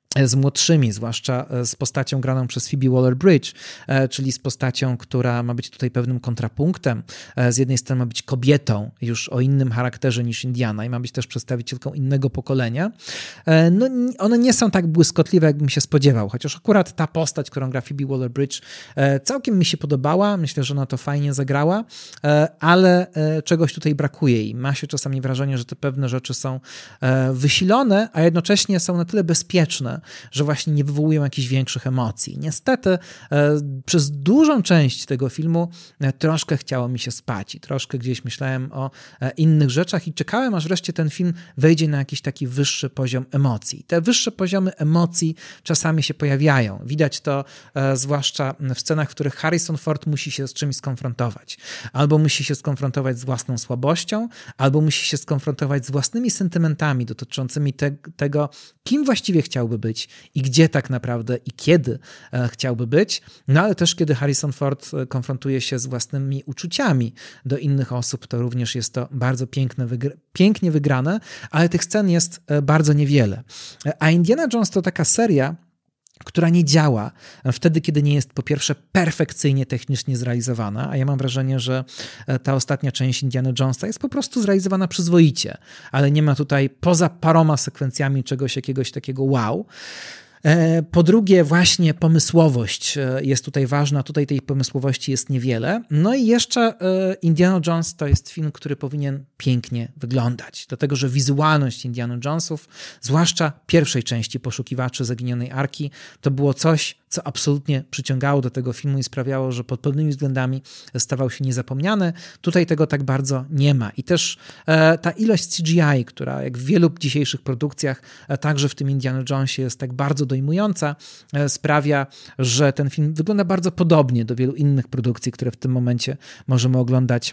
z młodszymi, zwłaszcza z postacią graną przez Phoebe Waller-Bridge, czyli z postacią, która ma być tutaj pewnym kontrapunktem. Z jednej strony ma być kobietą już o innym charakterze niż Indiana i ma być też przedstawicielką innego pokolenia. No, one nie są tak błyskotliwe, jakbym się spodziewał, chociaż akurat ta postać, którą gra Phoebe Waller-Bridge, całkiem mi się podobała. Myślę, że ona to fajnie zagrała, ale czegoś tutaj brakuje i ma się czasami wrażenie, że te pewne rzeczy są wysilone, a jednocześnie są na tyle bezpieczne, że właśnie nie wywołują jakichś większych emocji. Niestety e, przez dużą część tego filmu e, troszkę chciało mi się spać i troszkę gdzieś myślałem o e, innych rzeczach i czekałem, aż wreszcie ten film wejdzie na jakiś taki wyższy poziom emocji. Te wyższe poziomy emocji czasami się pojawiają. Widać to e, zwłaszcza w scenach, w których Harrison Ford musi się z czymś skonfrontować. Albo musi się skonfrontować z własną słabością, albo musi się skonfrontować z własnymi sentymentami dotyczącymi te, tego, kim właściwie chciałby być i gdzie tak naprawdę i kiedy e, chciałby być, no ale też kiedy Harrison Ford konfrontuje się z własnymi uczuciami do innych osób, to również jest to bardzo piękne, wygr- pięknie wygrane, ale tych scen jest e, bardzo niewiele. A Indiana Jones to taka seria, która nie działa wtedy, kiedy nie jest po pierwsze perfekcyjnie technicznie zrealizowana, a ja mam wrażenie, że ta ostatnia część Indiana Jonesa jest po prostu zrealizowana przyzwoicie, ale nie ma tutaj poza paroma sekwencjami czegoś jakiegoś takiego wow. Po drugie, właśnie pomysłowość jest tutaj ważna, tutaj tej pomysłowości jest niewiele. No i jeszcze Indiana Jones to jest film, który powinien pięknie wyglądać, dlatego że wizualność Indiana Jonesów, zwłaszcza pierwszej części Poszukiwaczy Zaginionej Arki, to było coś, co absolutnie przyciągało do tego filmu i sprawiało, że pod pewnymi względami stawał się niezapomniany. Tutaj tego tak bardzo nie ma. I też e, ta ilość C G I, która jak w wielu dzisiejszych produkcjach, e, także w tym Indiana Jonesie jest tak bardzo dojmująca, e, sprawia, że ten film wygląda bardzo podobnie do wielu innych produkcji, które w tym momencie możemy oglądać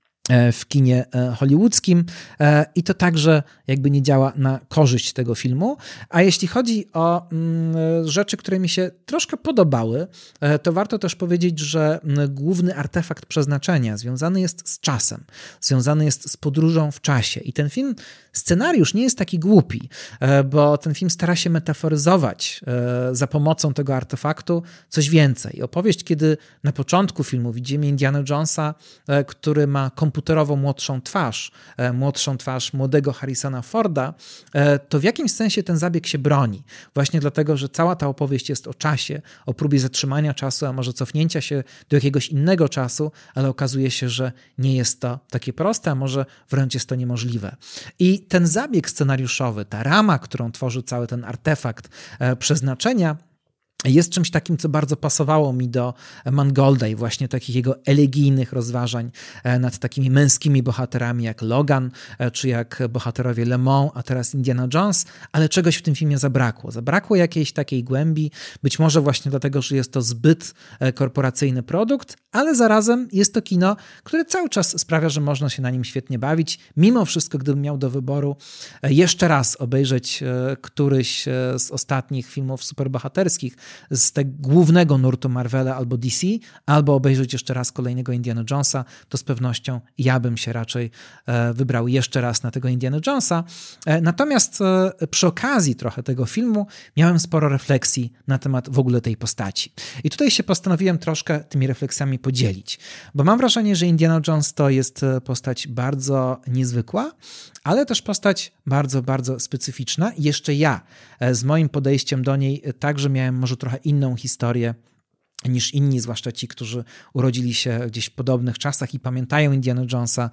w kinie hollywoodzkim i to także jakby nie działa na korzyść tego filmu. A jeśli chodzi o rzeczy, które mi się troszkę podobały, to warto też powiedzieć, że główny artefakt przeznaczenia związany jest z czasem, związany jest z podróżą w czasie i ten film, scenariusz nie jest taki głupi, bo ten film stara się metaforyzować za pomocą tego artefaktu coś więcej. Opowieść, kiedy na początku filmu widzimy Indiana Jonesa, który ma komputerową młodszą twarz, młodszą twarz młodego Harrisona Forda, to w jakimś sensie ten zabieg się broni. Właśnie dlatego, że cała ta opowieść jest o czasie, o próbie zatrzymania czasu, a może cofnięcia się do jakiegoś innego czasu, ale okazuje się, że nie jest to takie proste, a może wręcz jest to niemożliwe. I ten zabieg scenariuszowy, ta rama, którą tworzy cały ten artefakt przeznaczenia, jest czymś takim, co bardzo pasowało mi do Mangolda i właśnie takich jego elegijnych rozważań nad takimi męskimi bohaterami jak Logan, czy jak bohaterowie Le Mans, a teraz Indiana Jones, ale czegoś w tym filmie zabrakło. Zabrakło jakiejś takiej głębi, być może właśnie dlatego, że jest to zbyt korporacyjny produkt, ale zarazem jest to kino, które cały czas sprawia, że można się na nim świetnie bawić. Mimo wszystko, gdybym miał do wyboru jeszcze raz obejrzeć któryś z ostatnich filmów superbohaterskich, z tego głównego nurtu Marvela albo D C, albo obejrzeć jeszcze raz kolejnego Indiana Jonesa, to z pewnością ja bym się raczej wybrał jeszcze raz na tego Indiana Jonesa. Natomiast przy okazji trochę tego filmu miałem sporo refleksji na temat w ogóle tej postaci. I tutaj się postanowiłem troszkę tymi refleksjami podzielić, bo mam wrażenie, że Indiana Jones to jest postać bardzo niezwykła, ale też postać bardzo, bardzo specyficzna. I jeszcze ja z moim podejściem do niej także miałem może trochę inną historię niż inni, zwłaszcza ci, którzy urodzili się gdzieś w podobnych czasach i pamiętają Indiana Jonesa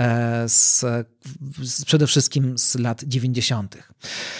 z, z, przede wszystkim z lat dziewięćdziesiątych.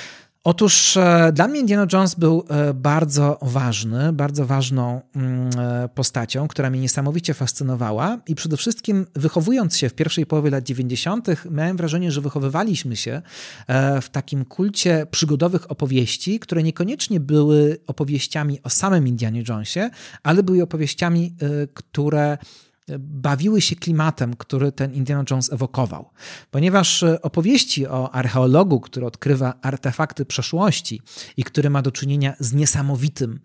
Otóż dla mnie Indiana Jones był bardzo ważny, bardzo ważną postacią, która mnie niesamowicie fascynowała i przede wszystkim wychowując się w pierwszej połowie lat dziewięćdziesiątych miałem wrażenie, że wychowywaliśmy się w takim kulcie przygodowych opowieści, które niekoniecznie były opowieściami o samym Indianie Jonesie, ale były opowieściami, które bawiły się klimatem, który ten Indiana Jones ewokował. Ponieważ opowieści o archeologu, który odkrywa artefakty przeszłości i który ma do czynienia z niesamowitym,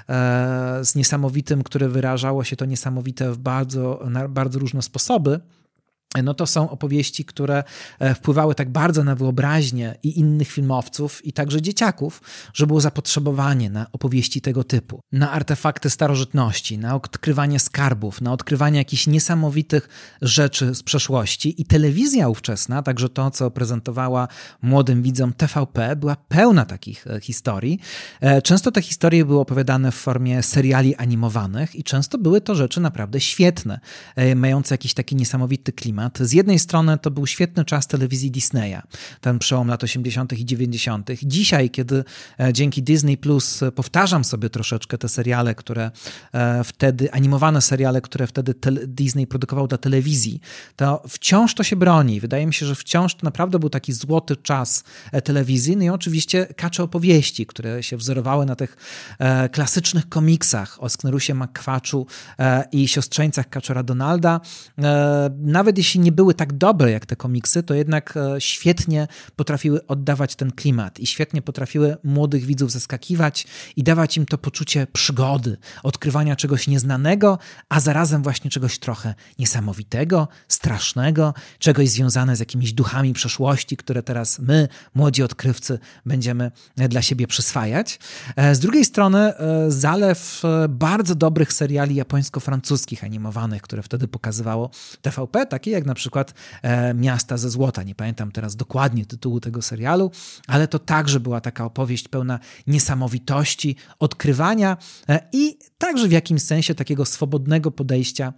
z niesamowitym, które wyrażało się to niesamowite w bardzo, na bardzo różne sposoby, no to są opowieści, które wpływały tak bardzo na wyobraźnię i innych filmowców, i także dzieciaków, że było zapotrzebowanie na opowieści tego typu, na artefakty starożytności, na odkrywanie skarbów, na odkrywanie jakichś niesamowitych rzeczy z przeszłości. I telewizja ówczesna, także to, co prezentowała młodym widzom T V P, była pełna takich historii. Często te historie były opowiadane w formie seriali animowanych i często były to rzeczy naprawdę świetne, mające jakiś taki niesamowity klimat. Z jednej strony to był świetny czas telewizji Disneya, ten przełom lat osiemdziesiątych i dziewięćdziesiątych. Dzisiaj, kiedy dzięki Disney Plus powtarzam sobie troszeczkę te seriale, które wtedy, animowane seriale, które wtedy Disney produkował dla telewizji, to wciąż to się broni. Wydaje mi się, że wciąż to naprawdę był taki złoty czas telewizji. No i oczywiście kacze opowieści, które się wzorowały na tych klasycznych komiksach o Sknerusie McQuatchu i siostrzeńcach Kaczora Donalda. Nawet jeśli nie były tak dobre jak te komiksy, to jednak świetnie potrafiły oddawać ten klimat i świetnie potrafiły młodych widzów zaskakiwać i dawać im to poczucie przygody, odkrywania czegoś nieznanego, a zarazem właśnie czegoś trochę niesamowitego, strasznego, czegoś związane z jakimiś duchami przeszłości, które teraz my, młodzi odkrywcy, będziemy dla siebie przyswajać. Z drugiej strony zalew bardzo dobrych seriali japońsko-francuskich animowanych, które wtedy pokazywało T V P, takie jak na przykład e, Miasta ze złota. Nie pamiętam teraz dokładnie tytułu tego serialu, ale to także była taka opowieść pełna niesamowitości, odkrywania e, i także w jakimś sensie takiego swobodnego podejścia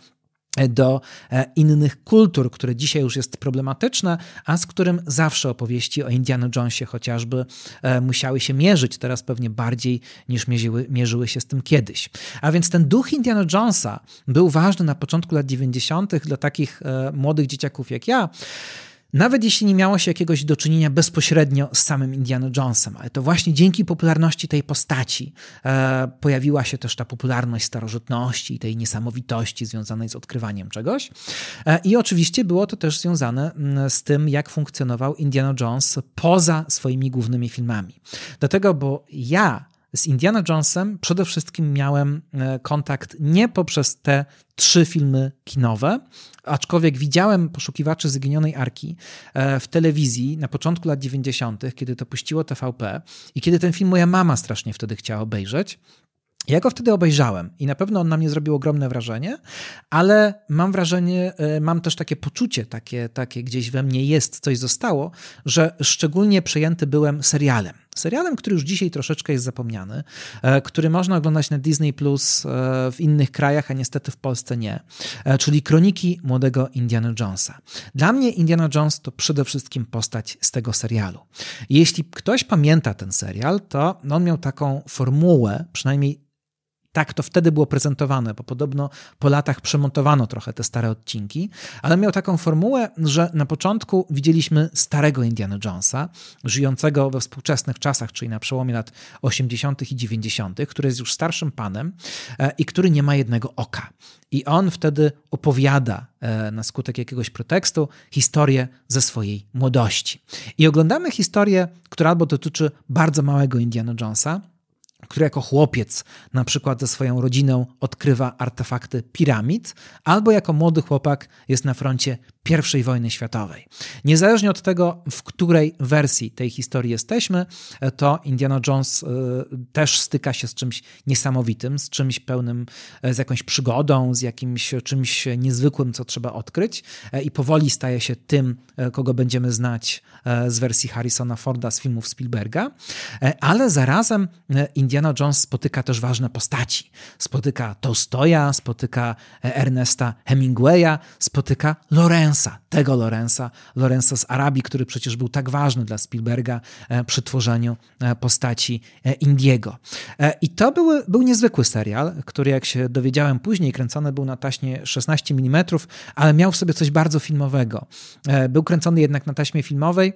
do innych kultur, które dzisiaj już jest problematyczne, a z którym zawsze opowieści o Indiana Jonesie chociażby musiały się mierzyć, teraz pewnie bardziej niż mierzyły, mierzyły się z tym kiedyś. A więc ten duch Indiana Jonesa był ważny na początku lat dziewięćdziesiątych dla takich młodych dzieciaków jak ja, nawet jeśli nie miało się jakiegoś do czynienia bezpośrednio z samym Indiana Jonesem, ale to właśnie dzięki popularności tej postaci e, pojawiła się też ta popularność starożytności i tej niesamowitości związanej z odkrywaniem czegoś. E, I oczywiście było to też związane z tym, jak funkcjonował Indiana Jones poza swoimi głównymi filmami. Dlatego, bo ja z Indiana Jonesem przede wszystkim miałem kontakt nie poprzez te trzy filmy kinowe, aczkolwiek widziałem Poszukiwaczy Zaginionej Arki w telewizji na początku lat dziewięćdziesiątych, kiedy to puściło T V P i kiedy ten film moja mama strasznie wtedy chciała obejrzeć. Ja go wtedy obejrzałem i na pewno on na mnie zrobił ogromne wrażenie, ale mam wrażenie, mam też takie poczucie, takie, takie gdzieś we mnie jest, coś zostało, że szczególnie przejęty byłem serialem. Serialem, który już dzisiaj troszeczkę jest zapomniany, który można oglądać na Disney Plus w innych krajach, a niestety w Polsce nie, czyli Kroniki Młodego Indiana Jonesa. Dla mnie Indiana Jones to przede wszystkim postać z tego serialu. Jeśli ktoś pamięta ten serial, to on miał taką formułę, przynajmniej tak to wtedy było prezentowane, bo podobno po latach przemontowano trochę te stare odcinki, ale miał taką formułę, że na początku widzieliśmy starego Indiana Jonesa, żyjącego we współczesnych czasach, czyli na przełomie lat osiemdziesiątych i dziewięćdziesiątych, który jest już starszym panem i który nie ma jednego oka. I on wtedy opowiada na skutek jakiegoś pretekstu historię ze swojej młodości. I oglądamy historię, która albo dotyczy bardzo małego Indiana Jonesa, który jako chłopiec na przykład ze swoją rodziną odkrywa artefakty piramid, albo jako młody chłopak jest na froncie pierwszej wojny światowej. Niezależnie od tego, w której wersji tej historii jesteśmy, to Indiana Jones też styka się z czymś niesamowitym, z czymś pełnym, z jakąś przygodą, z jakimś czymś niezwykłym, co trzeba odkryć i powoli staje się tym, kogo będziemy znać z wersji Harrisona Forda, z filmów Spielberga, ale zarazem Indiana Jones spotyka też ważne postaci. Spotyka Tolstoja, spotyka Ernesta Hemingwaya, spotyka Lorenza, tego Lorenza, Lorenza z Arabii, który przecież był tak ważny dla Spielberga przy tworzeniu postaci Indiego. I to był, był niezwykły serial, który jak się dowiedziałem później, kręcony był na taśmie szesnaście milimetrów, ale miał w sobie coś bardzo filmowego. Był kręcony jednak na taśmie filmowej,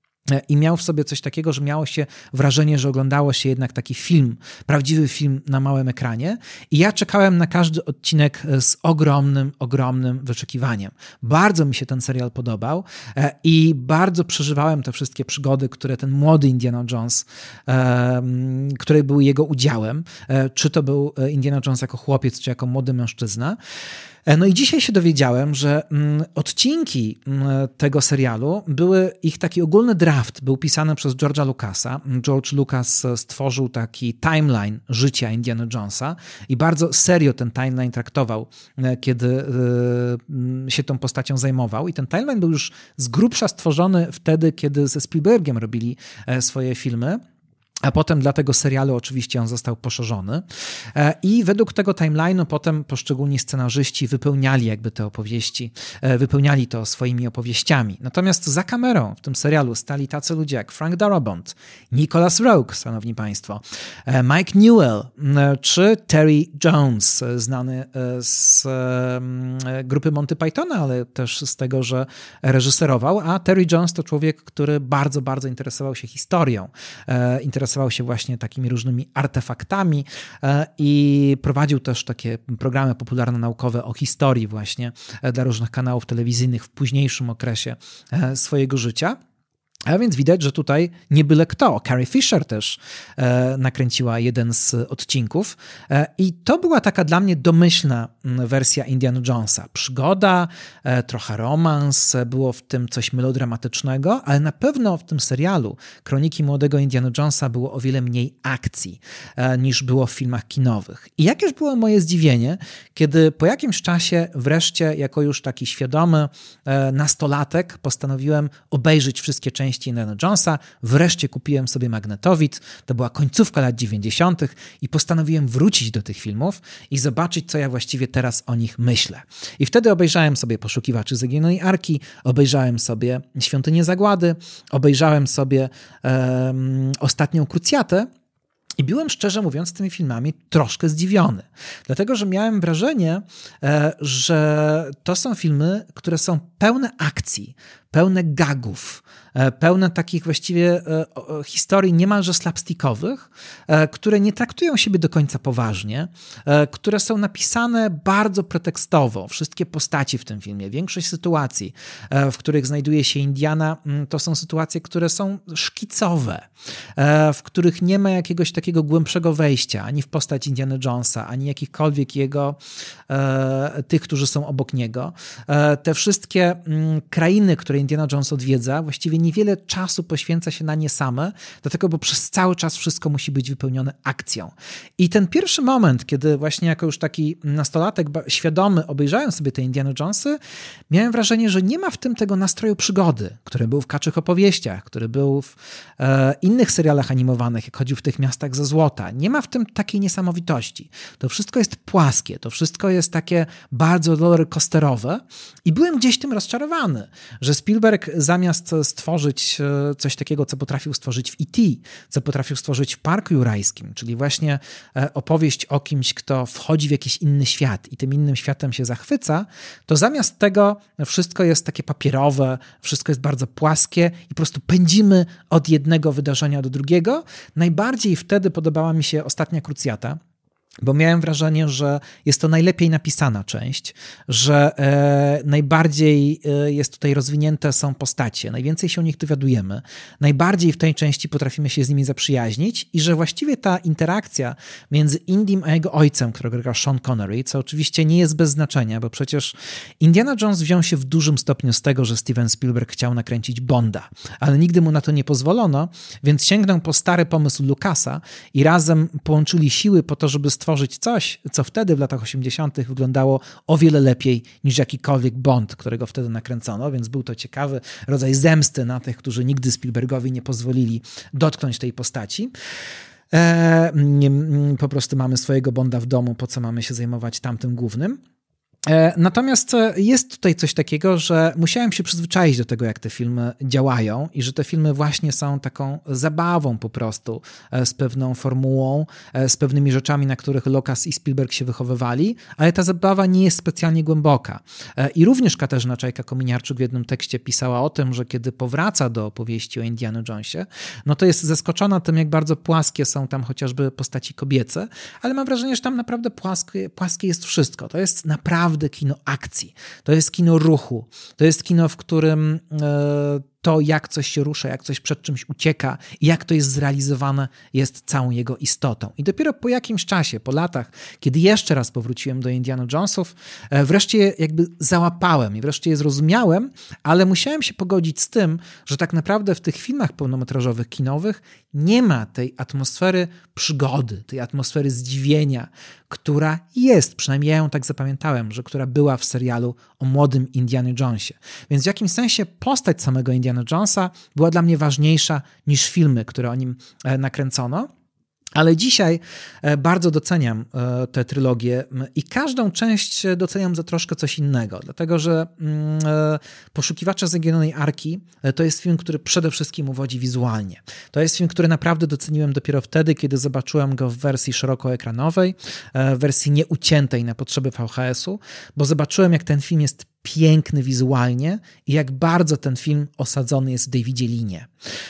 i miał w sobie coś takiego, że miało się wrażenie, że oglądało się jednak taki film, prawdziwy film na małym ekranie. I ja czekałem na każdy odcinek z ogromnym, ogromnym wyczekiwaniem. Bardzo mi się ten serial podobał i bardzo przeżywałem te wszystkie przygody, które ten młody Indiana Jones, które były jego udziałem. Czy to był Indiana Jones jako chłopiec, czy jako młody mężczyzna. No i dzisiaj się dowiedziałem, że odcinki tego serialu były, ich taki ogólny draft był pisany przez George'a Lucasa. George Lucas stworzył taki timeline życia Indiana Jonesa i bardzo serio ten timeline traktował, kiedy się tą postacią zajmował. I ten timeline był już z grubsza stworzony wtedy, kiedy ze Spielbergiem robili swoje filmy. A potem dla tego serialu oczywiście on został poszerzony i według tego timeline'u potem poszczególni scenarzyści wypełniali jakby te opowieści, wypełniali to swoimi opowieściami. Natomiast za kamerą w tym serialu stali tacy ludzie jak Frank Darabont, Nicholas Roeg, szanowni państwo, Mike Newell czy Terry Jones, znany z grupy Monty Pythona, ale też z tego, że reżyserował, a Terry Jones to człowiek, który bardzo, bardzo interesował się historią, interesował się właśnie takimi różnymi artefaktami i prowadził też takie programy popularno-naukowe o historii właśnie dla różnych kanałów telewizyjnych w późniejszym okresie swojego życia. A więc widać, że tutaj nie byle kto. Carrie Fisher też e, nakręciła jeden z odcinków e, i to była taka dla mnie domyślna wersja Indiana Jonesa. Przygoda, e, trochę romans, było w tym coś melodramatycznego, ale na pewno w tym serialu Kroniki Młodego Indiana Jonesa było o wiele mniej akcji e, niż było w filmach kinowych. I jakież było moje zdziwienie, kiedy po jakimś czasie wreszcie jako już taki świadomy e, nastolatek postanowiłem obejrzeć wszystkie części Indiana Jonesa. Wreszcie kupiłem sobie magnetowid. To była końcówka lat dziewięćdziesiątych i postanowiłem wrócić do tych filmów i zobaczyć, co ja właściwie teraz o nich myślę. I wtedy obejrzałem sobie Poszukiwaczy Zaginionej Arki, obejrzałem sobie Świątynię Zagłady, obejrzałem sobie um, Ostatnią Krucjatę. I byłem, szczerze mówiąc, tymi filmami troszkę zdziwiony. Dlatego, że miałem wrażenie, że to są filmy, które są pełne akcji, pełne gagów, pełne takich właściwie historii niemalże slapstickowych, które nie traktują siebie do końca poważnie, które są napisane bardzo pretekstowo. Wszystkie postaci w tym filmie, większość sytuacji, w których znajduje się Indiana, to są sytuacje, które są szkicowe, w których nie ma jakiegoś takiego głębszego wejścia ani w postać Indiana Jonesa, ani jakichkolwiek jego, tych, którzy są obok niego. Te wszystkie krainy, które Indiana Jones odwiedza, właściwie niewiele czasu poświęca się na nie same, dlatego, bo przez cały czas wszystko musi być wypełnione akcją. I ten pierwszy moment, kiedy właśnie jako już taki nastolatek świadomy obejrzałem sobie te Indiana Jonesy, miałem wrażenie, że nie ma w tym tego nastroju przygody, który był w Kaczych Opowieściach, który był w e, innych serialach animowanych, jak chodził w tych Miastach ze złota. Nie ma w tym takiej niesamowitości. To wszystko jest płaskie, to wszystko jest takie bardzo rollercoasterowe i byłem gdzieś tym rozczarowany, że Spielberg zamiast stworzyć coś takiego, co potrafił stworzyć w E T, co potrafił stworzyć w Parku Jurajskim, czyli właśnie opowieść o kimś, kto wchodzi w jakiś inny świat i tym innym światem się zachwyca, to zamiast tego wszystko jest takie papierowe, wszystko jest bardzo płaskie i po prostu pędzimy od jednego wydarzenia do drugiego. Najbardziej wtedy podobała mi się Ostatnia Krucjata, bo miałem wrażenie, że jest to najlepiej napisana część, że e, najbardziej e, jest tutaj rozwinięte są postacie, najwięcej się o nich dowiadujemy, najbardziej w tej części potrafimy się z nimi zaprzyjaźnić i że właściwie ta interakcja między Indim a jego ojcem, którego gra Sean Connery, co oczywiście nie jest bez znaczenia, bo przecież Indiana Jones wziął się w dużym stopniu z tego, że Steven Spielberg chciał nakręcić Bonda, ale nigdy mu na to nie pozwolono, więc sięgnął po stary pomysł Lucasa i razem połączyli siły po to, żeby stworzyć coś, co wtedy w latach osiemdziesiątych wyglądało o wiele lepiej niż jakikolwiek Bond, którego wtedy nakręcono, więc był to ciekawy rodzaj zemsty na tych, którzy nigdy Spielbergowi nie pozwolili dotknąć tej postaci. Eee, po prostu mamy swojego Bonda w domu, po co mamy się zajmować tamtym głównym. Natomiast jest tutaj coś takiego, że musiałem się przyzwyczaić do tego, jak te filmy działają i że te filmy właśnie są taką zabawą po prostu z pewną formułą, z pewnymi rzeczami, na których Lucas i Spielberg się wychowywali, ale ta zabawa nie jest specjalnie głęboka. I również Katarzyna Czajka-Kominiarczuk w jednym tekście pisała o tym, że kiedy powraca do opowieści o Indiana Jonesie, no to jest zaskoczona tym, jak bardzo płaskie są tam chociażby postaci kobiece, ale mam wrażenie, że tam naprawdę płaskie, płaskie jest wszystko. To jest naprawdę kino akcji. To jest kino ruchu. To jest kino, w którym e, to, jak coś się rusza, jak coś przed czymś ucieka i jak to jest zrealizowane, jest całą jego istotą. I dopiero po jakimś czasie, po latach, kiedy jeszcze raz powróciłem do Indiana Jonesów, wreszcie je jakby załapałem i wreszcie je zrozumiałem, ale musiałem się pogodzić z tym, że tak naprawdę w tych filmach pełnometrażowych, kinowych nie ma tej atmosfery przygody, tej atmosfery zdziwienia, która jest, przynajmniej ja ją tak zapamiętałem, że która była w serialu o młodym Indianie Jonesie. Więc w jakimś sensie postać samego Indiana Jonesa była dla mnie ważniejsza niż filmy, które o nim nakręcono. Ale dzisiaj bardzo doceniam tę trylogię i każdą część doceniam za troszkę coś innego, dlatego że Poszukiwacze Zaginionej Arki to jest film, który przede wszystkim uwodzi wizualnie. To jest film, który naprawdę doceniłem dopiero wtedy, kiedy zobaczyłem go w wersji szerokoekranowej, w wersji nieuciętej na potrzeby V H S-u, bo zobaczyłem, jak ten film jest piękny wizualnie i jak bardzo ten film osadzony jest w Davidzie Linie.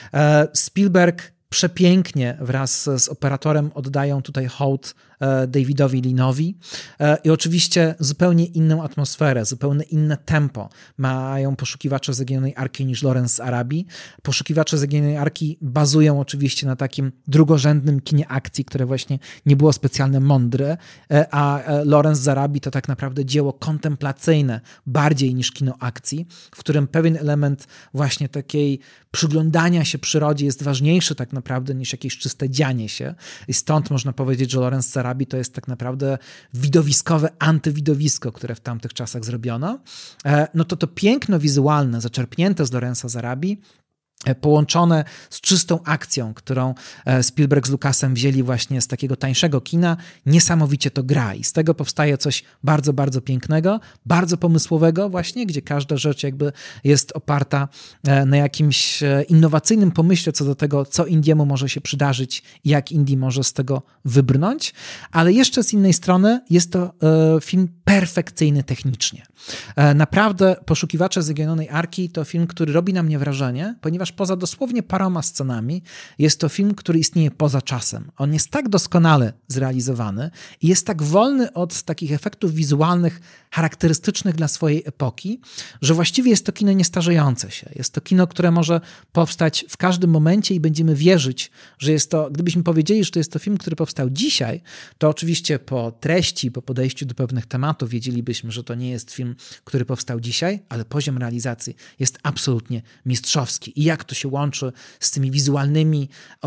Spielberg przepięknie wraz z operatorem oddają tutaj hołd Davidowi Linowi i oczywiście zupełnie inną atmosferę, zupełnie inne tempo mają Poszukiwacze Zaginionej Arki niż Lawrence z Arabii. Poszukiwacze Zaginionej Arki bazują oczywiście na takim drugorzędnym kinie akcji, które właśnie nie było specjalnie mądre, a Lawrence z Arabii to tak naprawdę dzieło kontemplacyjne bardziej niż kino akcji, w którym pewien element właśnie takiej przyglądania się przyrodzie jest ważniejszy tak naprawdę niż jakieś czyste dzianie się i stąd można powiedzieć, że Lawrence z Arabii to jest tak naprawdę widowiskowe antywidowisko, które w tamtych czasach zrobiono. No to to piękno wizualne zaczerpnięte z Lawrence'a z Arabii połączone z czystą akcją, którą Spielberg z Lucasem wzięli właśnie z takiego tańszego kina, niesamowicie to gra i z tego powstaje coś bardzo, bardzo pięknego, bardzo pomysłowego właśnie, gdzie każda rzecz jakby jest oparta na jakimś innowacyjnym pomyśle co do tego, co Indiemu może się przydarzyć i jak Indie może z tego wybrnąć, ale jeszcze z innej strony jest to film perfekcyjny technicznie. Naprawdę Poszukiwacze Zaginionej Arki to film, który robi na mnie wrażenie, ponieważ poza dosłownie paroma scenami jest to film, który istnieje poza czasem. On jest tak doskonale zrealizowany i jest tak wolny od takich efektów wizualnych charakterystycznych dla swojej epoki, że właściwie jest to kino niestarzejące się. Jest to kino, które może powstać w każdym momencie i będziemy wierzyć, że jest to, gdybyśmy powiedzieli, że to jest to film, który powstał dzisiaj, to oczywiście po treści, po podejściu do pewnych tematów wiedzielibyśmy, że to nie jest film, który powstał dzisiaj, ale poziom realizacji jest absolutnie mistrzowski. I jak to się łączy z tymi wizualnymi,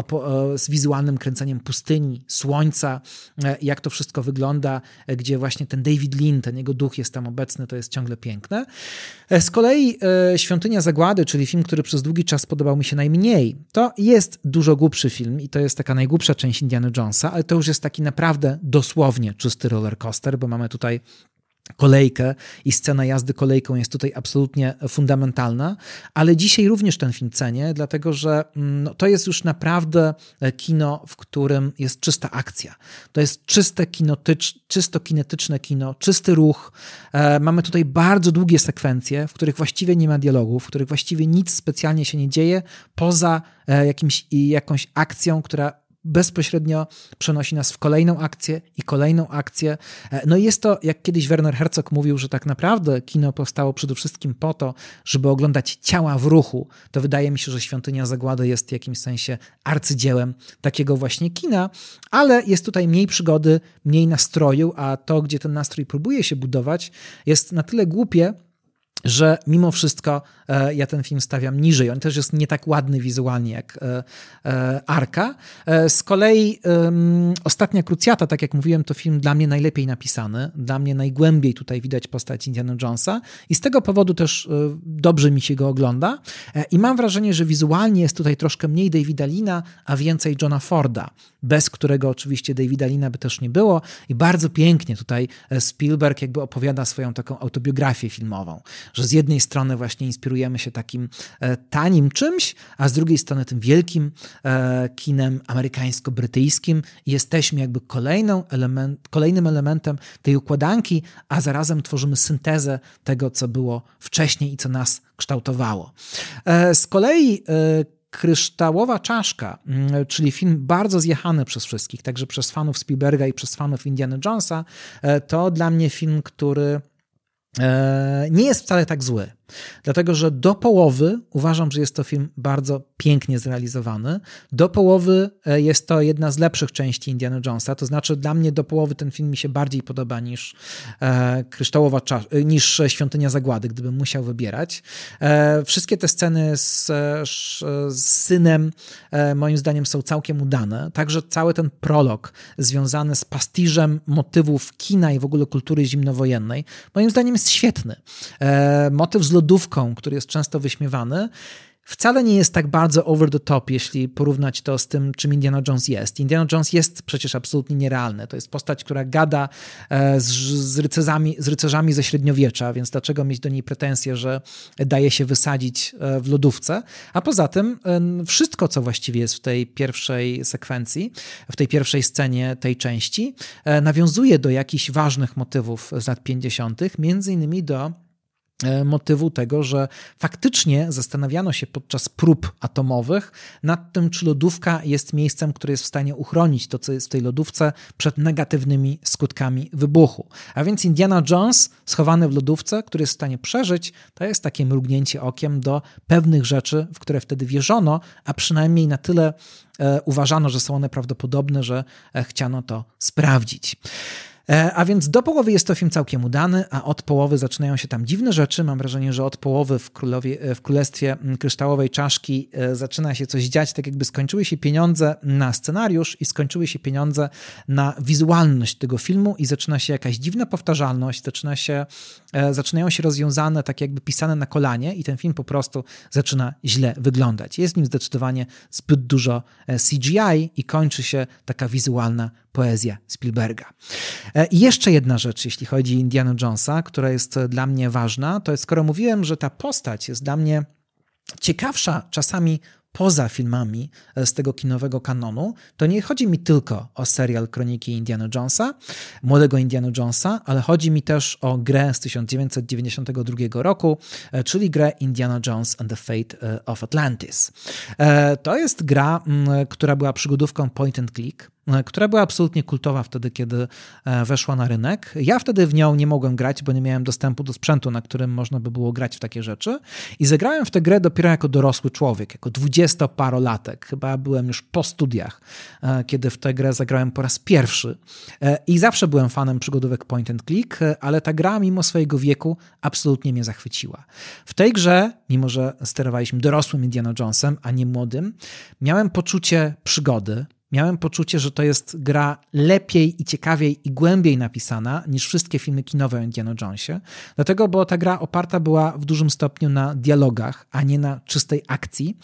z wizualnym kręceniem pustyni, słońca, jak to wszystko wygląda, gdzie właśnie ten David Lean, ten jego duch jest tam obecny, to jest ciągle piękne. Z kolei Świątynia Zagłady, czyli film, który przez długi czas podobał mi się najmniej, to jest dużo głupszy film i to jest taka najgłupsza część Indiana Jonesa, ale to już jest taki naprawdę dosłownie czysty rollercoaster, bo mamy tutaj kolejkę i scena jazdy kolejką jest tutaj absolutnie fundamentalna, ale dzisiaj również ten film cenię, dlatego że no, to jest już naprawdę kino, w którym jest czysta akcja. To jest czyste kinotycz, czysto kinetyczne kino, czysty ruch. E, mamy tutaj bardzo długie sekwencje, w których właściwie nie ma dialogów, w których właściwie nic specjalnie się nie dzieje, poza e, jakimś, jakąś akcją, która bezpośrednio przenosi nas w kolejną akcję i kolejną akcję. No i jest to, jak kiedyś Werner Herzog mówił, że tak naprawdę kino powstało przede wszystkim po to, żeby oglądać ciała w ruchu. To wydaje mi się, że Świątynia Zagłady jest w jakimś sensie arcydziełem takiego właśnie kina, ale jest tutaj mniej przygody, mniej nastroju, a to, gdzie ten nastrój próbuje się budować, jest na tyle głupie, że mimo wszystko e, ja ten film stawiam niżej. On też jest nie tak ładny wizualnie jak e, e, Arka. E, z kolei e, Ostatnia Krucjata, tak jak mówiłem, to film dla mnie najlepiej napisany. Dla mnie najgłębiej tutaj widać postać Indiana Jonesa i z tego powodu też e, dobrze mi się go ogląda. E, I mam wrażenie, że wizualnie jest tutaj troszkę mniej Davida Leana, a więcej Johna Forda, bez którego oczywiście Davida Leana by też nie było. I bardzo pięknie tutaj Spielberg jakby opowiada swoją taką autobiografię filmową, że z jednej strony właśnie inspirujemy się takim e, tanim czymś, a z drugiej strony tym wielkim e, kinem amerykańsko-brytyjskim i jesteśmy jakby kolejną element, kolejnym elementem tej układanki, a zarazem tworzymy syntezę tego, co było wcześniej i co nas kształtowało. E, z kolei e, Kryształowa Czaszka, czyli film bardzo zjechany przez wszystkich, także przez fanów Spielberga i przez fanów Indiana Jonesa, to dla mnie film, który nie jest wcale tak zły. Dlatego, że do połowy uważam, że jest to film bardzo pięknie zrealizowany. Do połowy jest to jedna z lepszych części Indiana Jonesa, to znaczy dla mnie do połowy ten film mi się bardziej podoba niż e, Kryształowa Czasza, niż Świątynia Zagłady, gdybym musiał wybierać. E, wszystkie te sceny z, z synem e, moim zdaniem są całkiem udane. Także cały ten prolog związany z pastiżem motywów kina i w ogóle kultury zimnowojennej moim zdaniem jest świetny. E, motyw z lodówką, który jest często wyśmiewany, wcale nie jest tak bardzo over the top, jeśli porównać to z tym, czym Indiana Jones jest. Indiana Jones jest przecież absolutnie nierealny. To jest postać, która gada z, z, rycerzami, z rycerzami ze średniowiecza, więc dlaczego mieć do niej pretensje, że daje się wysadzić w lodówce? A poza tym wszystko, co właściwie jest w tej pierwszej sekwencji, w tej pierwszej scenie tej części, nawiązuje do jakichś ważnych motywów z lat pięćdziesiątych, między innymi do motywu tego, że faktycznie zastanawiano się podczas prób atomowych nad tym, czy lodówka jest miejscem, które jest w stanie uchronić to, co jest w tej lodówce przed negatywnymi skutkami wybuchu. A więc Indiana Jones schowany w lodówce, który jest w stanie przeżyć, to jest takie mrugnięcie okiem do pewnych rzeczy, w które wtedy wierzono, a przynajmniej na tyle e, uważano, że są one prawdopodobne, że e, chciano to sprawdzić. A więc do połowy jest to film całkiem udany, a od połowy zaczynają się tam dziwne rzeczy. Mam wrażenie, że od połowy w, Królowie, w Królestwie Kryształowej Czaszki zaczyna się coś dziać, tak jakby skończyły się pieniądze na scenariusz i skończyły się pieniądze na wizualność tego filmu i zaczyna się jakaś dziwna powtarzalność, zaczyna się, zaczynają się rozwiązane, tak jakby pisane na kolanie i ten film po prostu zaczyna źle wyglądać. Jest w nim zdecydowanie zbyt dużo C G I i kończy się taka wizualna poezja Spielberga. I jeszcze jedna rzecz, jeśli chodzi o Indiana Jonesa, która jest dla mnie ważna, to jest, skoro mówiłem, że ta postać jest dla mnie ciekawsza czasami poza filmami z tego kinowego kanonu, to nie chodzi mi tylko o serial Kroniki Indiana Jonesa, młodego Indiana Jonesa, ale chodzi mi też o grę z tysiąc dziewięćset dziewięćdziesiątego drugiego roku, czyli grę Indiana Jones and the Fate of Atlantis. To jest gra, która była przygodówką point and click, która była absolutnie kultowa wtedy, kiedy weszła na rynek. Ja wtedy w nią nie mogłem grać, bo nie miałem dostępu do sprzętu, na którym można by było grać w takie rzeczy i zagrałem w tę grę dopiero jako dorosły człowiek, jako dwudziestoparolatek. Chyba byłem już po studiach, kiedy w tę grę zagrałem po raz pierwszy i zawsze byłem fanem przygodówek point and click, ale ta gra mimo swojego wieku absolutnie mnie zachwyciła. W tej grze, mimo że sterowaliśmy dorosłym Indiana Jonesem, a nie młodym, miałem poczucie przygody. Miałem poczucie, że to jest gra lepiej i ciekawiej i głębiej napisana niż wszystkie filmy kinowe o Indiana Jonesie. Dlatego, bo ta gra oparta była w dużym stopniu na dialogach, a nie na czystej akcji.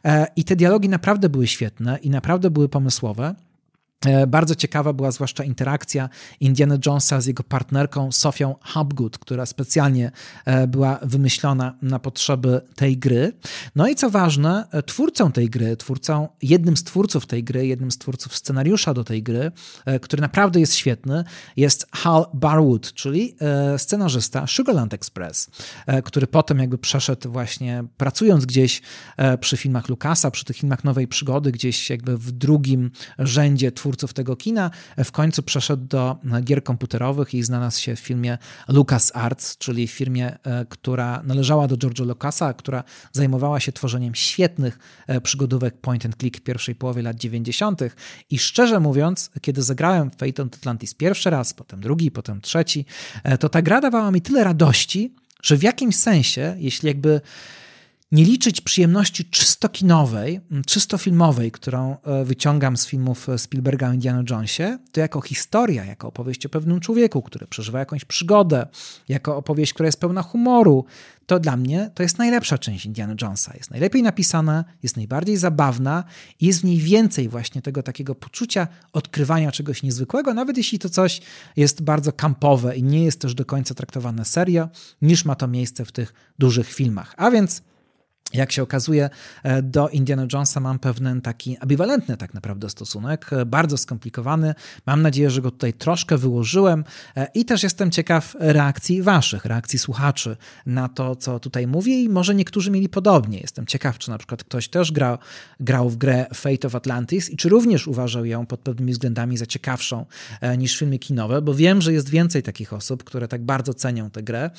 I te dialogi naprawdę były świetne i naprawdę były pomysłowe. Bardzo ciekawa była zwłaszcza interakcja Indiana Jonesa z jego partnerką Sofią Hapgood, która specjalnie była wymyślona na potrzeby tej gry. No i co ważne, twórcą tej gry, twórcą, jednym z twórców tej gry, jednym z twórców scenariusza do tej gry, który naprawdę jest świetny, jest Hal Barwood, czyli scenarzysta Sugarland Express, który potem jakby przeszedł właśnie, pracując gdzieś przy filmach Lucasa, przy tych filmach Nowej Przygody, gdzieś jakby w drugim rzędzie twórców twórców tego kina, w końcu przeszedł do gier komputerowych i znalazł się w filmie LucasArts, czyli w firmie, która należała do George'a Lucasa, która zajmowała się tworzeniem świetnych przygodówek point and click w pierwszej połowie lat dziewięćdziesiątych. I szczerze mówiąc, kiedy zagrałem w Fate of Atlantis pierwszy raz, potem drugi, potem trzeci, to ta gra dawała mi tyle radości, że w jakimś sensie, jeśli jakby nie liczyć przyjemności czysto kinowej, czysto filmowej, którą wyciągam z filmów Spielberga o Indiana Jonesie, to jako historia, jako opowieść o pewnym człowieku, który przeżywa jakąś przygodę, jako opowieść, która jest pełna humoru, to dla mnie to jest najlepsza część Indiana Jonesa. Jest najlepiej napisana, jest najbardziej zabawna i jest w niej więcej właśnie tego takiego poczucia odkrywania czegoś niezwykłego, nawet jeśli to coś jest bardzo kampowe i nie jest też do końca traktowane serio, niż ma to miejsce w tych dużych filmach. A więc Jak się okazuje, do Indiana Jonesa mam pewien taki ambiwalentny tak naprawdę stosunek, bardzo skomplikowany. Mam nadzieję, że go tutaj troszkę wyłożyłem i też jestem ciekaw reakcji waszych, reakcji słuchaczy na to, co tutaj mówię i może niektórzy mieli podobnie. Jestem ciekaw, czy na przykład ktoś też grał, grał w grę Fate of Atlantis i czy również uważał ją pod pewnymi względami za ciekawszą niż filmy kinowe, bo wiem, że jest więcej takich osób, które tak bardzo cenią tę grę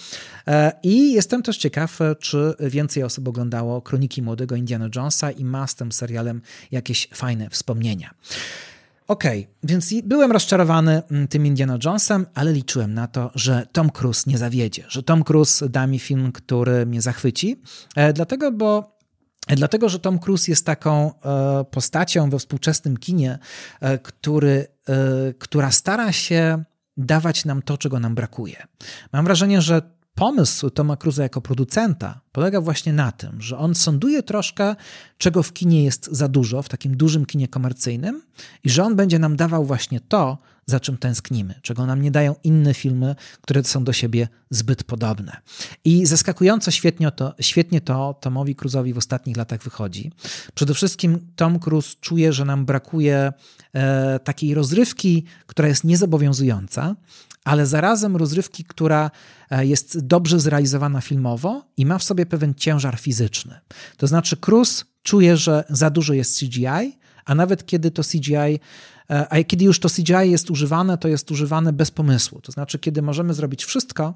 i jestem też ciekaw, czy więcej osób oglądało Kroniki Młodego Indiana Jonesa i ma z tym serialem jakieś fajne wspomnienia. Okej, okay, więc byłem rozczarowany tym Indiana Jonesem, ale liczyłem na to, że Tom Cruise nie zawiedzie, że Tom Cruise da mi film, który mnie zachwyci, e, dlatego, bo Dlatego, że Tom Cruise jest taką e, postacią we współczesnym kinie, e, który, e, która stara się dawać nam to, czego nam brakuje. Mam wrażenie, że pomysł Toma Cruise'a jako producenta polega właśnie na tym, że on sąduje troszkę, czego w kinie jest za dużo, w takim dużym kinie komercyjnym i że on będzie nam dawał właśnie to, za czym tęsknimy, czego nam nie dają inne filmy, które są do siebie zbyt podobne. I zaskakująco świetnie to, świetnie to Tomowi Cruise'owi w ostatnich latach wychodzi. Przede wszystkim Tom Cruise czuje, że nam brakuje e, takiej rozrywki, która jest niezobowiązująca, ale zarazem rozrywki, która jest dobrze zrealizowana filmowo i ma w sobie pewien ciężar fizyczny. To znaczy Cruise czuje, że za dużo jest C G I, a nawet kiedy to C G I, a kiedy już to C G I jest używane, to jest używane bez pomysłu. To znaczy, kiedy możemy zrobić wszystko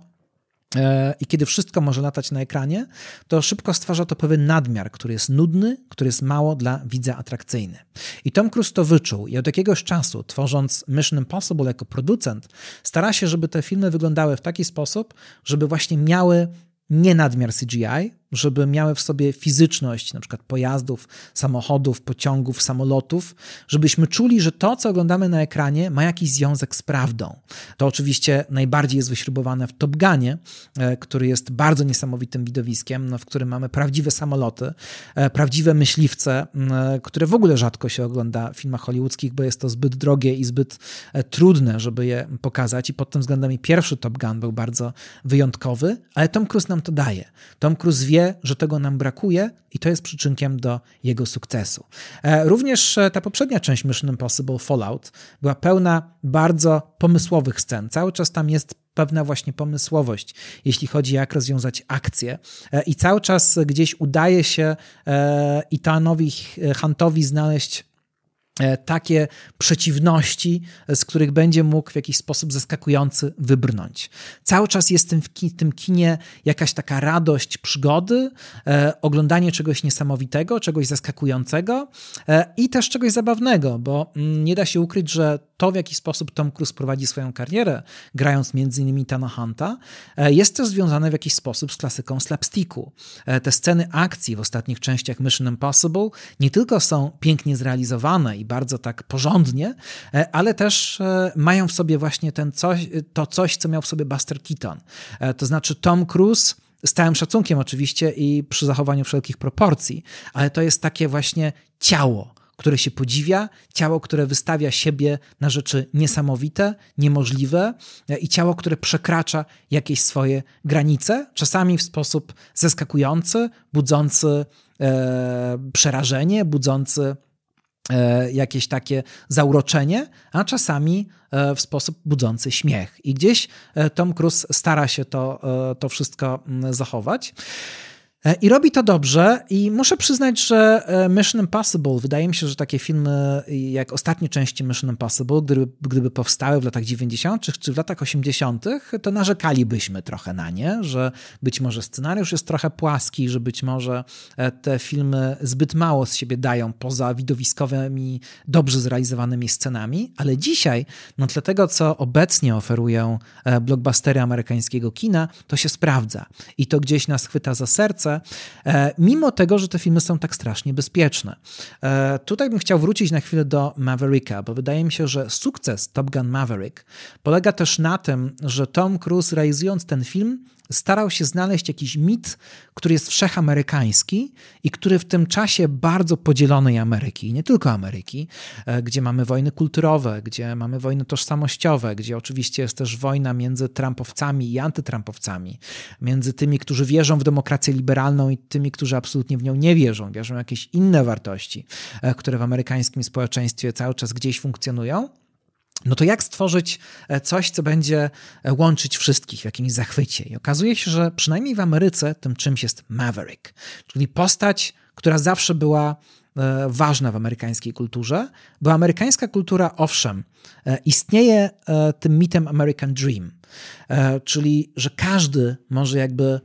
i kiedy wszystko może latać na ekranie, to szybko stwarza to pewien nadmiar, który jest nudny, który jest mało dla widza atrakcyjny. I Tom Cruise to wyczuł i od jakiegoś czasu, tworząc Mission Impossible jako producent, stara się, żeby te filmy wyglądały w taki sposób, żeby właśnie miały nie nadmiar C G I, żeby miały w sobie fizyczność na przykład pojazdów, samochodów, pociągów, samolotów, żebyśmy czuli, że to, co oglądamy na ekranie, ma jakiś związek z prawdą. To oczywiście najbardziej jest wyśrubowane w Top Gunie, który jest bardzo niesamowitym widowiskiem, no, w którym mamy prawdziwe samoloty, prawdziwe myśliwce, które w ogóle rzadko się ogląda w filmach hollywoodzkich, bo jest to zbyt drogie i zbyt trudne, żeby je pokazać i pod tym względem i pierwszy Top Gun był bardzo wyjątkowy, ale Tom Cruise nam to daje. Tom Cruise wie, że tego nam brakuje i to jest przyczynkiem do jego sukcesu. Również ta poprzednia część Mission Impossible Fallout była pełna bardzo pomysłowych scen. Cały czas tam jest pewna właśnie pomysłowość, jeśli chodzi jak rozwiązać akcję i cały czas gdzieś udaje się Ethanowi Huntowi znaleźć takie przeciwności, z których będzie mógł w jakiś sposób zaskakujący wybrnąć. Cały czas jest w tym, w tym kinie jakaś taka radość przygody, e, oglądanie czegoś niesamowitego, czegoś zaskakującego e, i też czegoś zabawnego, bo m, nie da się ukryć, że to, w jaki sposób Tom Cruise prowadzi swoją karierę, grając między innymi Ethana Hunta, e, jest też związane w jakiś sposób z klasyką slapsticku. E, te sceny akcji w ostatnich częściach Mission Impossible nie tylko są pięknie zrealizowane i bardzo tak porządnie, ale też mają w sobie właśnie ten coś, to coś, co miał w sobie Buster Keaton. To znaczy Tom Cruise, z całym szacunkiem oczywiście i przy zachowaniu wszelkich proporcji, ale to jest takie właśnie ciało, które się podziwia, ciało, które wystawia siebie na rzeczy niesamowite, niemożliwe i ciało, które przekracza jakieś swoje granice, czasami w sposób zaskakujący, budzący e, przerażenie, budzący jakieś takie zauroczenie, a czasami w sposób budzący śmiech. I gdzieś Tom Cruise stara się to, to wszystko zachować. I robi to dobrze i muszę przyznać, że Mission Impossible, wydaje mi się, że takie filmy jak ostatnie części Mission Impossible, gdyby, gdyby powstały w latach dziewięćdziesiątych czy w latach osiemdziesiątych, to narzekalibyśmy trochę na nie, że być może scenariusz jest trochę płaski, że być może te filmy zbyt mało z siebie dają poza widowiskowymi, dobrze zrealizowanymi scenami, ale dzisiaj, no tle tego, co obecnie oferują blockbustery amerykańskiego kina, to się sprawdza i to gdzieś nas chwyta za serce, mimo tego, że te filmy są tak strasznie bezpieczne. Tutaj bym chciał wrócić na chwilę do Mavericka, bo wydaje mi się, że sukces Top Gun Maverick polega też na tym, że Tom Cruise, realizując ten film, starał się znaleźć jakiś mit, który jest wszechamerykański i który w tym czasie bardzo podzielonej Ameryki, nie tylko Ameryki, gdzie mamy wojny kulturowe, gdzie mamy wojny tożsamościowe, gdzie oczywiście jest też wojna między trumpowcami i antytrumpowcami, między tymi, którzy wierzą w demokrację liberalną liberalną i tymi, którzy absolutnie w nią nie wierzą, wierzą w jakieś inne wartości, które w amerykańskim społeczeństwie cały czas gdzieś funkcjonują, no to jak stworzyć coś, co będzie łączyć wszystkich w jakimś zachwycie? I okazuje się, że przynajmniej w Ameryce tym czymś jest Maverick, czyli postać, która zawsze była ważna w amerykańskiej kulturze, bo amerykańska kultura, owszem, istnieje tym mitem American Dream, czyli że każdy może jakby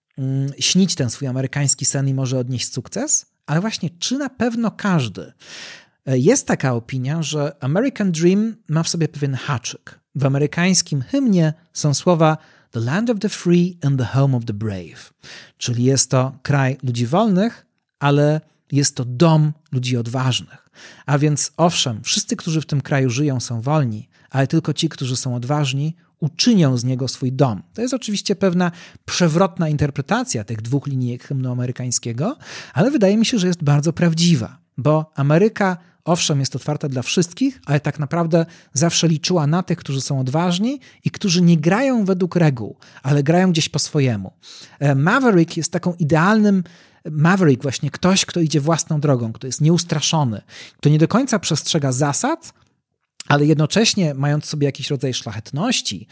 śnić ten swój amerykański sen i może odnieść sukces, ale właśnie czy na pewno każdy? Jest taka opinia, że American Dream ma w sobie pewien haczyk. W amerykańskim hymnie są słowa The land of the free and the home of the brave, czyli jest to kraj ludzi wolnych, ale jest to dom ludzi odważnych. A więc owszem, wszyscy, którzy w tym kraju żyją, są wolni, ale tylko ci, którzy są odważni, uczynią z niego swój dom. To jest oczywiście pewna przewrotna interpretacja tych dwóch linijek hymnu amerykańskiego, ale wydaje mi się, że jest bardzo prawdziwa, bo Ameryka owszem jest otwarta dla wszystkich, ale tak naprawdę zawsze liczyła na tych, którzy są odważni i którzy nie grają według reguł, ale grają gdzieś po swojemu. Maverick jest taką idealnym Maverick, właśnie ktoś, kto idzie własną drogą, kto jest nieustraszony, kto nie do końca przestrzega zasad, ale jednocześnie, mając sobie jakiś rodzaj szlachetności,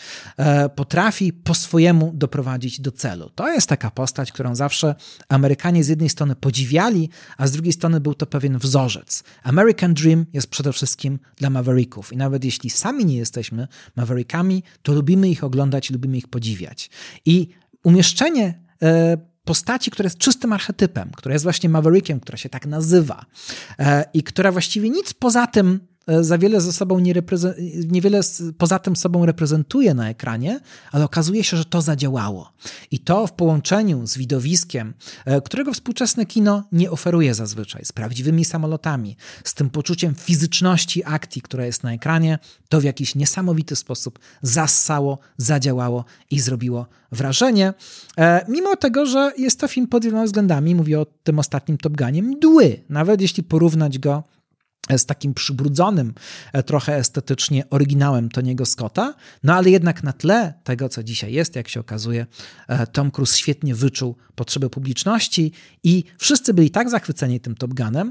potrafi po swojemu doprowadzić do celu. To jest taka postać, którą zawsze Amerykanie z jednej strony podziwiali, a z drugiej strony był to pewien wzorzec. American Dream jest przede wszystkim dla Mavericków i nawet jeśli sami nie jesteśmy Maverickami, to lubimy ich oglądać, lubimy ich podziwiać. I umieszczenie postaci, która jest czystym archetypem, która jest właśnie Maverickiem, która się tak nazywa i która właściwie nic poza tym za wiele ze sobą nie reprezen- niewiele poza tym sobą reprezentuje na ekranie, ale okazuje się, że to zadziałało. I to w połączeniu z widowiskiem, którego współczesne kino nie oferuje zazwyczaj, z prawdziwymi samolotami, z tym poczuciem fizyczności akcji, która jest na ekranie, to w jakiś niesamowity sposób zassało, zadziałało i zrobiło wrażenie. Mimo tego, że jest to film pod wieloma względami, mówię o tym ostatnim Top Gunie, mdły, nawet jeśli porównać go z takim przybrudzonym trochę estetycznie oryginałem Tony'ego Scotta, no ale jednak na tle tego, co dzisiaj jest, jak się okazuje, Tom Cruise świetnie wyczuł potrzeby publiczności i wszyscy byli tak zachwyceni tym Top Gunem,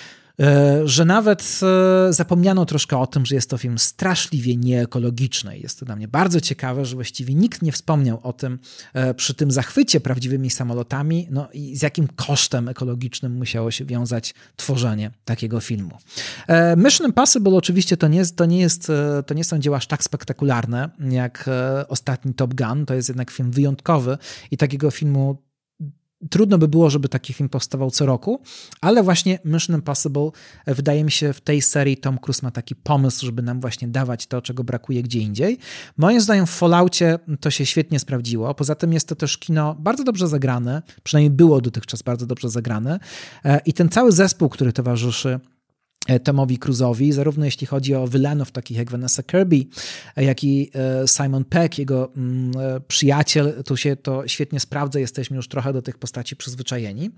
że nawet zapomniano troszkę o tym, że jest to film straszliwie nieekologiczny. Jest to dla mnie bardzo ciekawe, że właściwie nikt nie wspomniał o tym przy tym zachwycie prawdziwymi samolotami, no i z jakim kosztem ekologicznym musiało się wiązać tworzenie takiego filmu. Mission Impossible oczywiście to nie, to nie, jest, to nie są dzieła aż tak spektakularne jak ostatni Top Gun. To jest jednak film wyjątkowy i takiego filmu trudno by było, żeby taki film powstawał co roku, ale właśnie Mission Impossible, wydaje mi się, w tej serii Tom Cruise ma taki pomysł, żeby nam właśnie dawać to, czego brakuje gdzie indziej. Moim zdaniem w Falloutie to się świetnie sprawdziło. Poza tym jest to też kino bardzo dobrze zagrane, przynajmniej było dotychczas bardzo dobrze zagrane i ten cały zespół, który towarzyszy Tomowi Cruise'owi, zarówno jeśli chodzi o villainów takich jak Vanessa Kirby, jak i Simon Pegg, jego przyjaciel, tu się to świetnie sprawdza, jesteśmy już trochę do tych postaci przyzwyczajeni.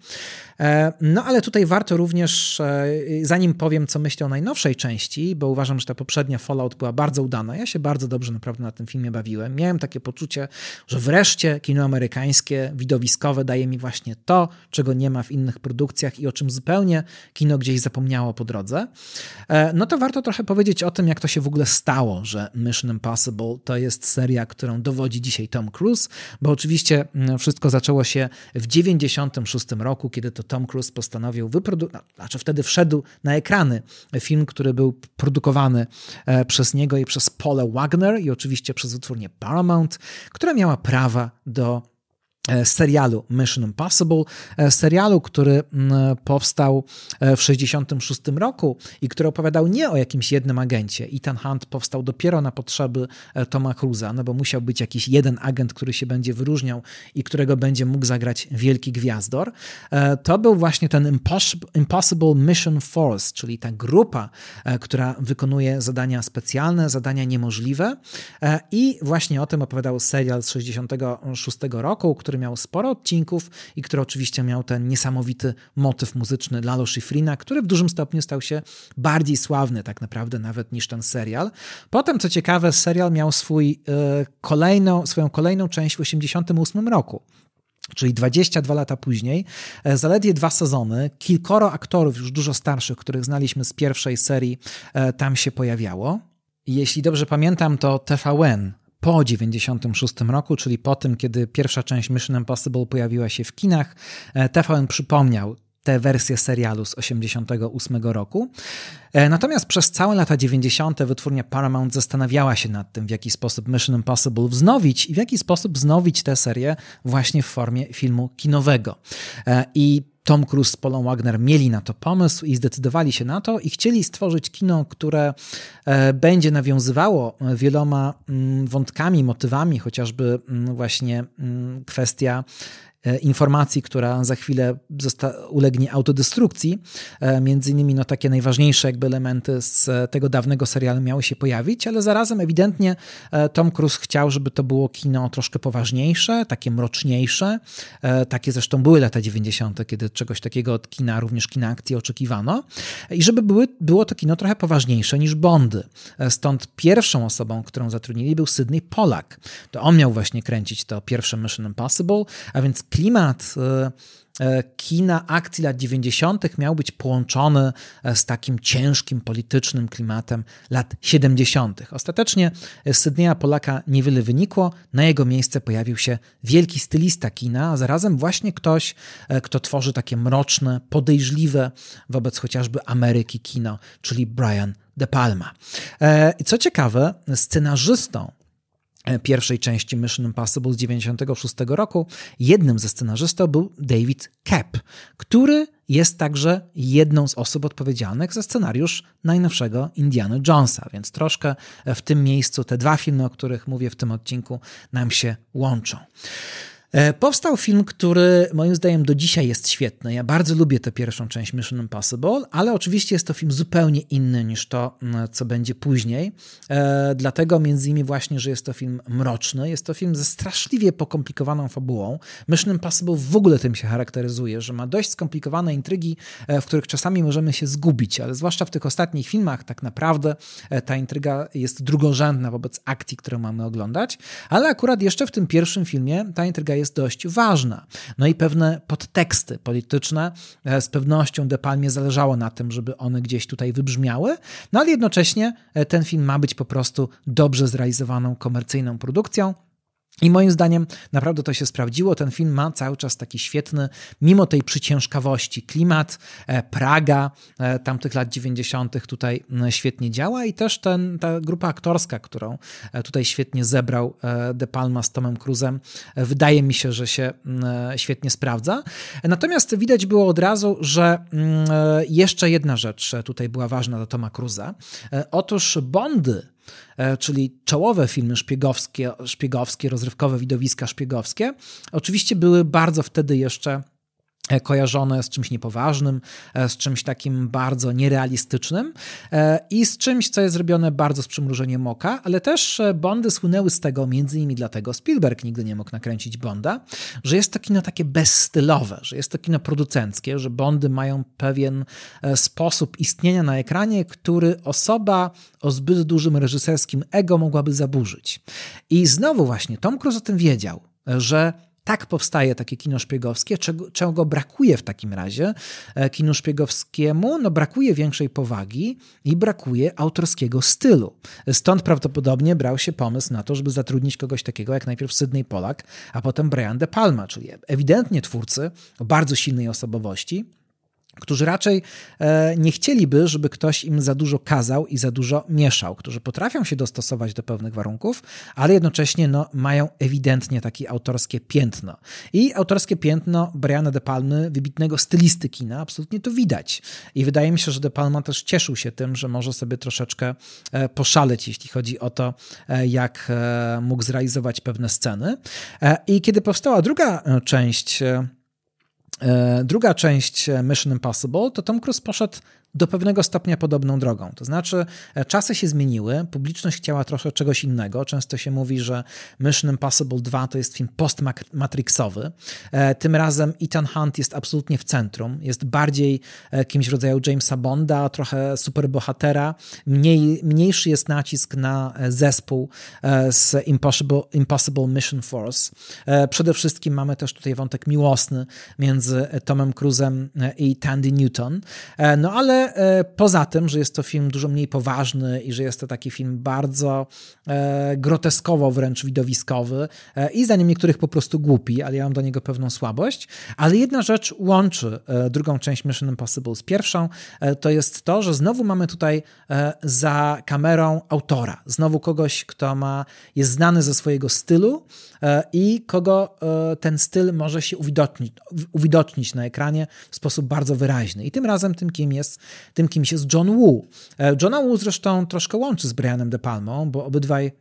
No ale tutaj warto również, zanim powiem, co myślę o najnowszej części, bo uważam, że ta poprzednia Fallout była bardzo udana. Ja się bardzo dobrze naprawdę na tym filmie bawiłem. Miałem takie poczucie, że wreszcie kino amerykańskie, widowiskowe daje mi właśnie to, czego nie ma w innych produkcjach i o czym zupełnie kino gdzieś zapomniało po drodze. No to warto trochę powiedzieć o tym, jak to się w ogóle stało, że Mission Impossible to jest seria, którą dowodzi dzisiaj Tom Cruise, bo oczywiście wszystko zaczęło się w dziewięćdziesiątym szóstym roku, kiedy to Tom Cruise postanowił wyprodukować, znaczy wtedy wszedł na ekrany film, który był produkowany przez niego i przez Paula Wagner i oczywiście przez wytwórnię Paramount, która miała prawa do serialu Mission Impossible, serialu, który powstał w sześćdziesiątym szóstym roku i który opowiadał nie o jakimś jednym agencie. Ethan Hunt powstał dopiero na potrzeby Toma Cruise'a, no bo musiał być jakiś jeden agent, który się będzie wyróżniał i którego będzie mógł zagrać wielki gwiazdor. To był właśnie ten Impossible Mission Force, czyli ta grupa, która wykonuje zadania specjalne, zadania niemożliwe i właśnie o tym opowiadał serial z sześćdziesiątego szóstego roku, który miał sporo odcinków i który oczywiście miał ten niesamowity motyw muzyczny Lalo Schifrina, który w dużym stopniu stał się bardziej sławny tak naprawdę nawet niż ten serial. Potem, co ciekawe, serial miał swój, e, kolejną, swoją kolejną część w osiemdziesiątym ósmym roku. czyli dwadzieścia dwa lata później, zaledwie dwa sezony, kilkoro aktorów już dużo starszych, których znaliśmy z pierwszej serii, tam się pojawiało. Jeśli dobrze pamiętam, to T V N po dziewięćdziesiątym szóstym roku, czyli po tym, kiedy pierwsza część Mission Impossible pojawiła się w kinach, T V N przypomniał tę wersję serialu z osiemdziesiątego ósmego roku. Natomiast przez całe lata dziewięćdziesiąte wytwórnia Paramount zastanawiała się nad tym, w jaki sposób Mission Impossible wznowić i w jaki sposób wznowić tę serię właśnie w formie filmu kinowego. I Tom Cruise z Paulą Wagner mieli na to pomysł i zdecydowali się na to i chcieli stworzyć kino, które będzie nawiązywało wieloma wątkami, motywami, chociażby właśnie kwestia informacji, która za chwilę zosta- ulegnie autodestrukcji. Między innymi no, takie najważniejsze jakby elementy z tego dawnego serialu miały się pojawić, ale zarazem ewidentnie Tom Cruise chciał, żeby to było kino troszkę poważniejsze, takie mroczniejsze. Takie zresztą były lata dziewięćdziesiąte, kiedy czegoś takiego od kina, również kina akcji oczekiwano. I żeby były, było to kino trochę poważniejsze niż Bondy. Stąd pierwszą osobą, którą zatrudnili, był Sydney Pollack. To on miał właśnie kręcić to pierwsze Mission Impossible, a więc klimat kina akcji lat dziewięćdziesiątych miał być połączony z takim ciężkim politycznym klimatem lat siedemdziesiątych. Ostatecznie z Sydneya Pollacka niewiele wynikło. Na jego miejsce pojawił się wielki stylista kina, a zarazem właśnie ktoś, kto tworzy takie mroczne, podejrzliwe wobec chociażby Ameryki kino, czyli Brian De Palma. I co ciekawe, scenarzystą pierwszej części Mission Impossible z dziewięćdziesiątego szóstego roku, jednym ze scenarzystów był David Koepp, który jest także jedną z osób odpowiedzialnych za scenariusz najnowszego Indiana Jonesa, więc troszkę w tym miejscu te dwa filmy, o których mówię w tym odcinku, nam się łączą. Powstał film, który moim zdaniem do dzisiaj jest świetny. Ja bardzo lubię tę pierwszą część Mission Impossible, ale oczywiście jest to film zupełnie inny niż to, co będzie później. E, dlatego między innymi właśnie, że jest to film mroczny, jest to film ze straszliwie pokomplikowaną fabułą. Mission Impossible w ogóle tym się charakteryzuje, że ma dość skomplikowane intrygi, w których czasami możemy się zgubić, ale zwłaszcza w tych ostatnich filmach tak naprawdę ta intryga jest drugorzędna wobec akcji, które mamy oglądać, ale akurat jeszcze w tym pierwszym filmie ta intryga jest jest dość ważna. No i pewne podteksty polityczne z pewnością De Palmie zależało na tym, żeby one gdzieś tutaj wybrzmiały, no ale jednocześnie ten film ma być po prostu dobrze zrealizowaną komercyjną produkcją. I moim zdaniem naprawdę to się sprawdziło. Ten film ma cały czas taki świetny, mimo tej przyciężkawości, klimat, Praga tamtych lat dziewięćdziesiątych tutaj świetnie działa i też ten, ta grupa aktorska, którą tutaj świetnie zebrał De Palma z Tomem Cruise'em, wydaje mi się, że się świetnie sprawdza. Natomiast widać było od razu, że jeszcze jedna rzecz tutaj była ważna dla Toma Cruise'a. Otóż Bondy, czyli czołowe filmy szpiegowskie, szpiegowskie, rozrywkowe widowiska szpiegowskie, oczywiście były bardzo wtedy jeszcze kojarzone z czymś niepoważnym, z czymś takim bardzo nierealistycznym i z czymś, co jest zrobione bardzo z przymrużeniem oka, ale też Bondy słynęły z tego, między innymi dlatego Spielberg nigdy nie mógł nakręcić Bonda, że jest to kino takie bezstylowe, że jest to kino producenckie, że Bondy mają pewien sposób istnienia na ekranie, który osoba o zbyt dużym reżyserskim ego mogłaby zaburzyć. I znowu właśnie Tom Cruise o tym wiedział, że tak powstaje takie kino szpiegowskie, czego, czego brakuje w takim razie kinu szpiegowskiemu? No brakuje większej powagi i brakuje autorskiego stylu. Stąd prawdopodobnie brał się pomysł na to, żeby zatrudnić kogoś takiego jak najpierw Sydney Pollack, a potem Brian De Palma, czyli ewidentnie twórcy o bardzo silnej osobowości, którzy raczej nie chcieliby, żeby ktoś im za dużo kazał i za dużo mieszał, którzy potrafią się dostosować do pewnych warunków, ale jednocześnie no, mają ewidentnie takie autorskie piętno. I autorskie piętno Briana De Palmy, wybitnego stylisty kina, absolutnie to widać. I wydaje mi się, że De Palma też cieszył się tym, że może sobie troszeczkę poszaleć, jeśli chodzi o to, jak mógł zrealizować pewne sceny. I kiedy powstała druga część Druga część Mission Impossible, to Tom Cruise poszedł do pewnego stopnia podobną drogą. To znaczy czasy się zmieniły, publiczność chciała trochę czegoś innego. Często się mówi, że Mission Impossible dwa to jest film post-matrixowy. Tym razem Ethan Hunt jest absolutnie w centrum. Jest bardziej kimś w rodzaju Jamesa Bonda, trochę superbohatera. Mniej, mniejszy jest nacisk na zespół z Impossible, Impossible Mission Force. Przede wszystkim mamy też tutaj wątek miłosny między Tomem Cruise'em i Tandy Newton. No ale poza tym, że jest to film dużo mniej poważny i że jest to taki film bardzo e, groteskowo wręcz widowiskowy e, i zdaniem niektórych po prostu głupi, ale ja mam do niego pewną słabość, ale jedna rzecz łączy e, drugą część Mission Impossible z pierwszą, e, to jest to, że znowu mamy tutaj e, za kamerą autora, znowu kogoś, kto ma, jest znany ze swojego stylu e, i kogo e, ten styl może się uwidocznić, uwidocznić na ekranie w sposób bardzo wyraźny. I tym razem tym kim jest tym kimś jest John Woo. Johna Woo zresztą troszkę łączy z Brianem De Palmą, bo obydwaj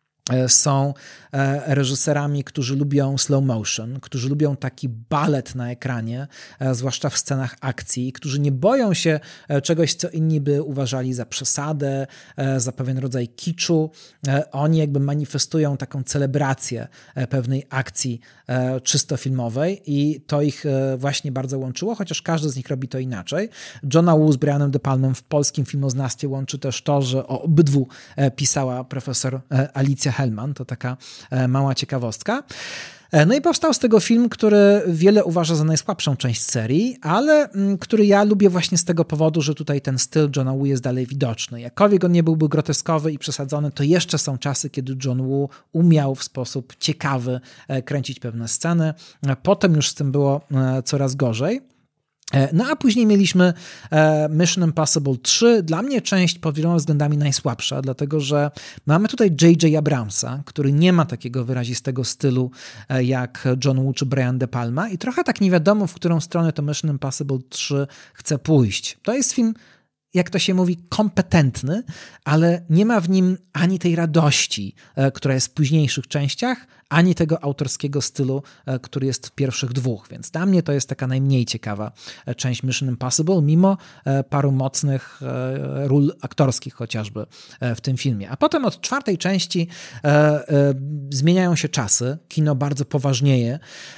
są reżyserami, którzy lubią slow motion, którzy lubią taki balet na ekranie, zwłaszcza w scenach akcji, którzy nie boją się czegoś, co inni by uważali za przesadę, za pewien rodzaj kiczu. Oni jakby manifestują taką celebrację pewnej akcji czysto filmowej i to ich właśnie bardzo łączyło, chociaż każdy z nich robi to inaczej. Johna Woo z Brianem De Palmem w polskim filmoznawstwie łączy też to, że o obydwu pisała profesor Alicja Hellman, to taka mała ciekawostka. No i powstał z tego film, który wiele uważa za najsłabszą część serii, ale który ja lubię właśnie z tego powodu, że tutaj ten styl Johna Woo jest dalej widoczny. Jakkolwiek on nie byłby groteskowy i przesadzony, to jeszcze są czasy, kiedy John Woo umiał w sposób ciekawy kręcić pewne sceny. Potem już z tym było coraz gorzej. No a później mieliśmy Mission Impossible trzy, dla mnie część pod wieloma względami najsłabsza, dlatego że mamy tutaj J J Abramsa, który nie ma takiego wyrazistego stylu jak John Woo czy Brian De Palma i trochę tak nie wiadomo, w którą stronę to Mission Impossible trzy chce pójść. To jest film, jak to się mówi, kompetentny, ale nie ma w nim ani tej radości, która jest w późniejszych częściach, ani tego autorskiego stylu, który jest w pierwszych dwóch. Więc dla mnie to jest taka najmniej ciekawa część Mission Impossible, mimo paru mocnych ról aktorskich chociażby w tym filmie. A potem od czwartej części zmieniają się czasy, kino bardzo poważnieje,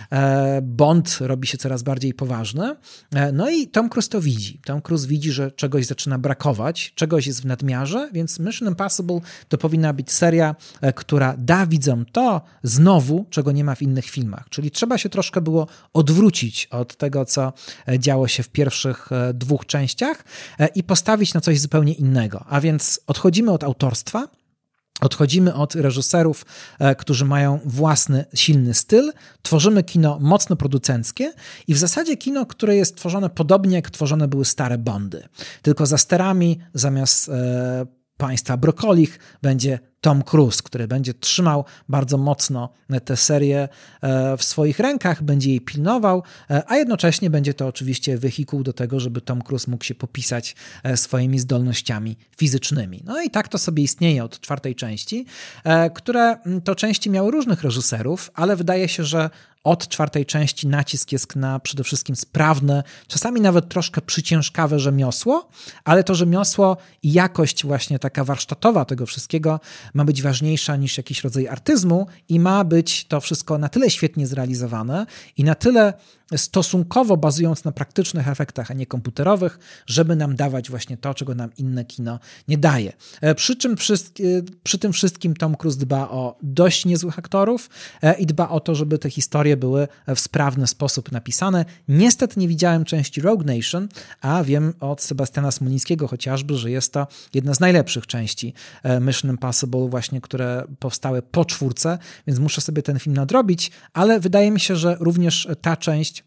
Bond robi się coraz bardziej poważny, no i Tom Cruise to widzi. Tom Cruise widzi, że czegoś zaczyna brakować, czegoś jest w nadmiarze, więc Mission Impossible to powinna być seria, która da widzom to znowu, czego nie ma w innych filmach. Czyli trzeba się troszkę było odwrócić od tego, co działo się w pierwszych dwóch częściach i postawić na coś zupełnie innego. A więc odchodzimy od autorstwa, odchodzimy od reżyserów, którzy mają własny, silny styl, tworzymy kino mocno producenckie i w zasadzie kino, które jest tworzone podobnie, jak tworzone były stare Bondy. Tylko za sterami zamiast e, państwa Brokolich będzie Tom Cruise, który będzie trzymał bardzo mocno tę serię w swoich rękach, będzie jej pilnował, a jednocześnie będzie to oczywiście wehikuł do tego, żeby Tom Cruise mógł się popisać swoimi zdolnościami fizycznymi. No i tak to sobie istnieje od czwartej części, które to części miały różnych reżyserów, ale wydaje się, że od czwartej części nacisk jest na przede wszystkim sprawne, czasami nawet troszkę przyciężkawe rzemiosło, ale to rzemiosło i jakość właśnie taka warsztatowa tego wszystkiego ma być ważniejsza niż jakiś rodzaj artyzmu i ma być to wszystko na tyle świetnie zrealizowane i na tyle stosunkowo bazując na praktycznych efektach, a nie komputerowych, żeby nam dawać właśnie to, czego nam inne kino nie daje. Przy czym przy, przy tym wszystkim Tom Cruise dba o dość niezłych aktorów i dba o to, żeby te historie były w sprawny sposób napisane. Niestety nie widziałem części Rogue Nation, a wiem od Sebastiana Smolińskiego chociażby, że jest to jedna z najlepszych części Mission Impossible właśnie, które powstały po czwórce, więc muszę sobie ten film nadrobić, ale wydaje mi się, że również ta część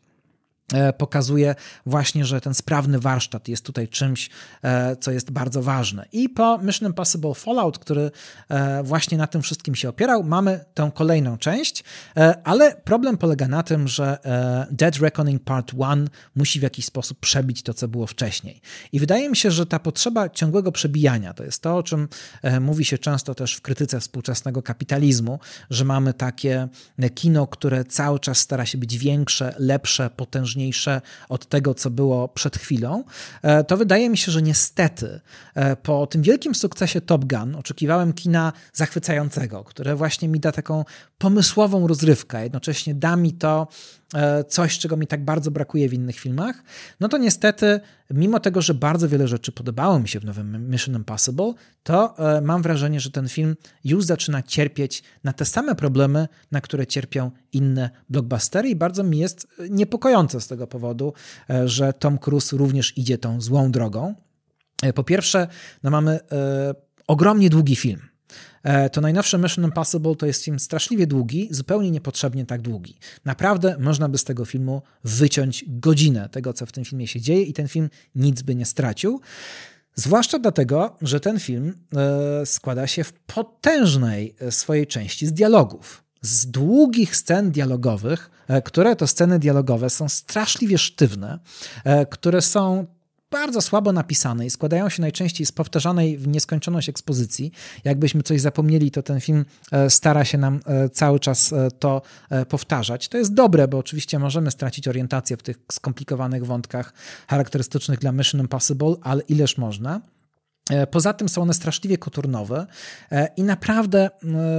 pokazuje właśnie, że ten sprawny warsztat jest tutaj czymś, co jest bardzo ważne. I po Mission Impossible Fallout, który właśnie na tym wszystkim się opierał, mamy tę kolejną część, ale problem polega na tym, że Dead Reckoning Part jeden musi w jakiś sposób przebić to, co było wcześniej. I wydaje mi się, że ta potrzeba ciągłego przebijania, to jest to, o czym mówi się często też w krytyce współczesnego kapitalizmu, że mamy takie kino, które cały czas stara się być większe, lepsze, potężniejsze, ważniejsze od tego, co było przed chwilą, to wydaje mi się, że niestety po tym wielkim sukcesie Top Gun oczekiwałem kina zachwycającego, które właśnie mi da taką pomysłową rozrywkę, jednocześnie da mi to coś, czego mi tak bardzo brakuje w innych filmach. No to niestety, mimo tego, że bardzo wiele rzeczy podobało mi się w nowym Mission Impossible, to mam wrażenie, że ten film już zaczyna cierpieć na te same problemy, na które cierpią inne blockbustery i bardzo mi jest niepokojące z tego powodu, że Tom Cruise również idzie tą złą drogą. Po pierwsze, no mamy e, ogromnie długi film. To najnowsze Mission Impossible to jest film straszliwie długi, zupełnie niepotrzebnie tak długi. Naprawdę można by z tego filmu wyciąć godzinę tego, co w tym filmie się dzieje i ten film nic by nie stracił. Zwłaszcza dlatego, że ten film składa się w potężnej swojej części z dialogów. Z długich scen dialogowych, które to sceny dialogowe są straszliwie sztywne, które są bardzo słabo napisane i składają się najczęściej z powtarzanej w nieskończoność ekspozycji. Jakbyśmy coś zapomnieli, to ten film stara się nam cały czas to powtarzać. To jest dobre, bo oczywiście możemy stracić orientację w tych skomplikowanych wątkach charakterystycznych dla Mission Impossible, ale ileż można. Poza tym są one straszliwie koturnowe i naprawdę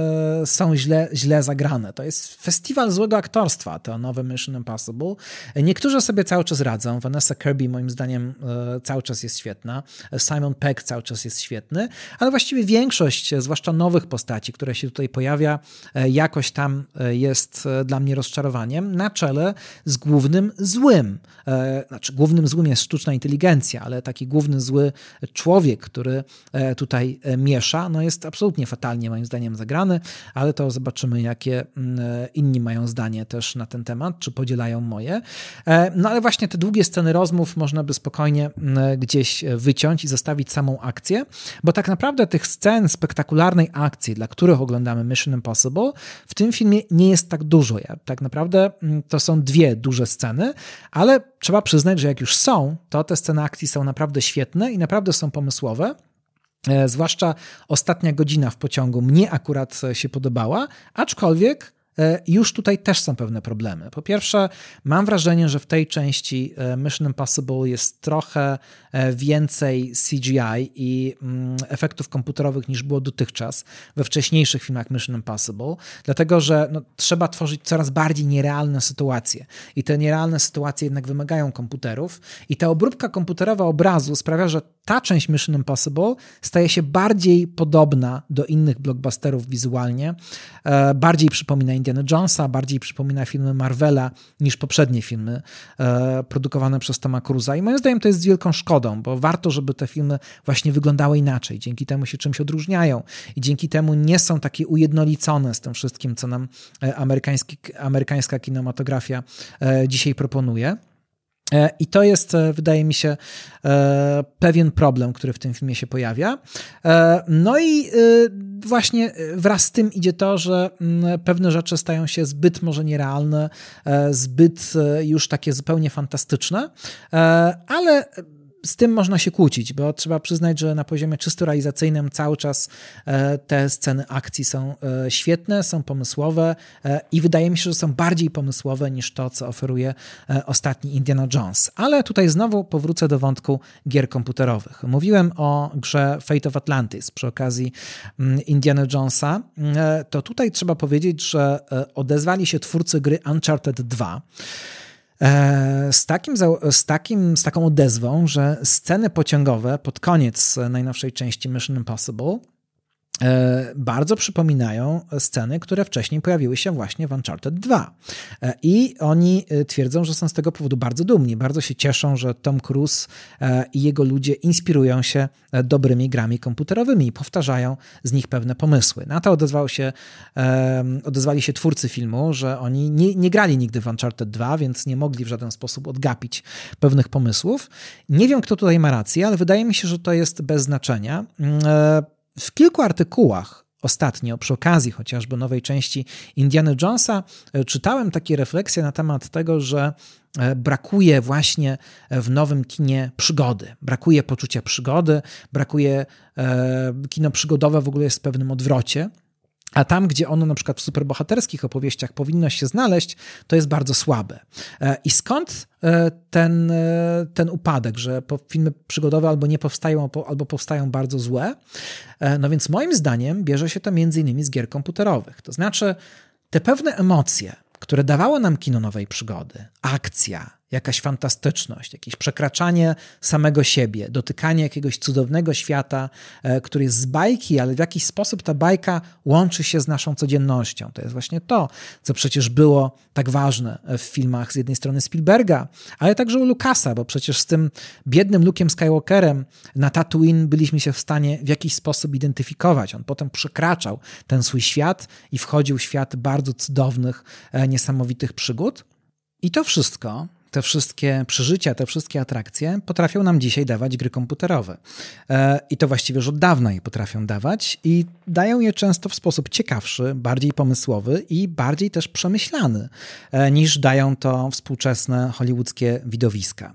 są źle, źle zagrane. To jest festiwal złego aktorstwa, to nowe Mission Impossible. Niektórzy sobie cały czas radzą. Vanessa Kirby moim zdaniem cały czas jest świetna. Simon Pegg cały czas jest świetny, ale właściwie większość, zwłaszcza nowych postaci, które się tutaj pojawia, jakoś tam jest dla mnie rozczarowaniem. Na czele z głównym złym. Znaczy głównym złym jest sztuczna inteligencja, ale taki główny zły człowiek, który tutaj miesza, no jest absolutnie fatalnie moim zdaniem zagrany, ale to zobaczymy, jakie inni mają zdanie też na ten temat, czy podzielają moje. No ale właśnie te długie sceny rozmów można by spokojnie gdzieś wyciąć i zostawić samą akcję, bo tak naprawdę tych scen spektakularnej akcji, dla których oglądamy Mission Impossible, w tym filmie nie jest tak dużo. Ja, tak naprawdę to są dwie duże sceny, ale trzeba przyznać, że jak już są, to te sceny akcji są naprawdę świetne i naprawdę są pomysłowe. Zwłaszcza ostatnia godzina w pociągu mnie akurat się podobała, aczkolwiek już tutaj też są pewne problemy. Po pierwsze, mam wrażenie, że w tej części Mission Impossible jest trochę więcej C G I i efektów komputerowych niż było dotychczas we wcześniejszych filmach Mission Impossible, dlatego że no, trzeba tworzyć coraz bardziej nierealne sytuacje i te nierealne sytuacje jednak wymagają komputerów i ta obróbka komputerowa obrazu sprawia, że ta część Mission Impossible staje się bardziej podobna do innych blockbusterów wizualnie, bardziej przypomina Indiana Jonesa, bardziej przypomina filmy Marvela niż poprzednie filmy e, produkowane przez Toma Cruise'a i moim zdaniem to jest z wielką szkodą, bo warto, żeby te filmy właśnie wyglądały inaczej, dzięki temu się czymś odróżniają i dzięki temu nie są takie ujednolicone z tym wszystkim, co nam amerykański, amerykańska kinematografia e, dzisiaj proponuje. I to jest, wydaje mi się, pewien problem, który w tym filmie się pojawia. No i właśnie wraz z tym idzie to, że pewne rzeczy stają się zbyt może nierealne, zbyt już takie zupełnie fantastyczne, ale z tym można się kłócić, bo trzeba przyznać, że na poziomie czysto realizacyjnym cały czas te sceny akcji są świetne, są pomysłowe i wydaje mi się, że są bardziej pomysłowe niż to, co oferuje ostatni Indiana Jones. Ale tutaj znowu powrócę do wątku gier komputerowych. Mówiłem o grze Fate of Atlantis przy okazji Indiana Jonesa. To tutaj trzeba powiedzieć, że odezwali się twórcy gry Uncharted dwa. Z, takim, z, takim, z taką odezwą, że sceny pociągowe pod koniec najnowszej części Mission Impossible bardzo przypominają sceny, które wcześniej pojawiły się właśnie w Uncharted dwa. I oni twierdzą, że są z tego powodu bardzo dumni, bardzo się cieszą, że Tom Cruise i jego ludzie inspirują się dobrymi grami komputerowymi i powtarzają z nich pewne pomysły. Na to odezwał się, odezwali się twórcy filmu, że oni nie, nie grali nigdy w Uncharted dwa, więc nie mogli w żaden sposób odgapić pewnych pomysłów. Nie wiem, kto tutaj ma rację, ale wydaje mi się, że to jest bez znaczenia. W kilku artykułach ostatnio, przy okazji chociażby nowej części Indiana Jonesa, czytałem takie refleksje na temat tego, że brakuje właśnie w nowym kinie przygody. Brakuje poczucia przygody, brakuje, kino przygodowe w ogóle jest w pewnym odwrocie. a tam, gdzie ono na przykład w superbohaterskich opowieściach powinno się znaleźć, to jest bardzo słabe. I skąd ten, ten upadek, że filmy przygodowe albo nie powstają, albo powstają bardzo złe? No więc moim zdaniem bierze się to między innymi z gier komputerowych. To znaczy te pewne emocje, które dawało nam kino nowej przygody, akcja, jakaś fantastyczność, jakieś przekraczanie samego siebie, dotykanie jakiegoś cudownego świata, który jest z bajki, ale w jakiś sposób ta bajka łączy się z naszą codziennością. To jest właśnie to, co przecież było tak ważne w filmach z jednej strony Spielberga, ale także u Lucasa, bo przecież z tym biednym Luke'em Skywalkerem na Tatooine byliśmy się w stanie w jakiś sposób identyfikować. On potem przekraczał ten swój świat i wchodził w świat bardzo cudownych, niesamowitych przygód. I to wszystko, te wszystkie przeżycia, te wszystkie atrakcje potrafią nam dzisiaj dawać gry komputerowe. I to właściwie już od dawna je potrafią dawać i dają je często w sposób ciekawszy, bardziej pomysłowy i bardziej też przemyślany, niż dają to współczesne hollywoodzkie widowiska.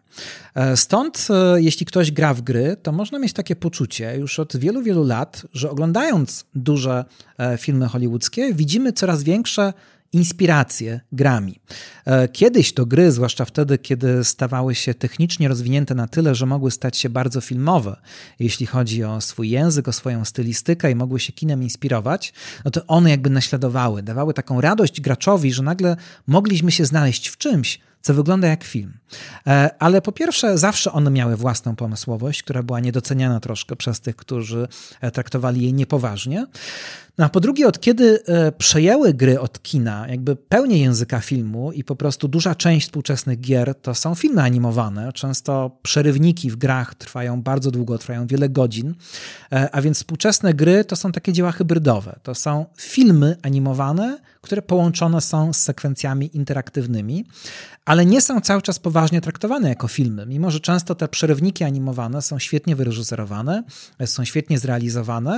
Stąd, jeśli ktoś gra w gry, to można mieć takie poczucie już od wielu, wielu lat, że oglądając duże filmy hollywoodzkie, widzimy coraz większe inspiracje grami. Kiedyś to gry, zwłaszcza wtedy, kiedy stawały się technicznie rozwinięte na tyle, że mogły stać się bardzo filmowe, jeśli chodzi o swój język, o swoją stylistykę i mogły się kinem inspirować, no to one jakby naśladowały, dawały taką radość graczowi, że nagle mogliśmy się znaleźć w czymś, co wygląda jak film. Ale po pierwsze, zawsze one miały własną pomysłowość, która była niedoceniana troszkę przez tych, którzy traktowali jej niepoważnie. No a po drugie, od kiedy przejęły gry od kina jakby pełnię języka filmu i po prostu duża część współczesnych gier to są filmy animowane, często przerywniki w grach trwają bardzo długo, trwają wiele godzin, a więc współczesne gry to są takie dzieła hybrydowe. To są filmy animowane, które połączone są z sekwencjami interaktywnymi, ale nie są cały czas poważnie traktowane jako filmy, mimo że często te przerywniki animowane są świetnie wyreżyserowane, są świetnie zrealizowane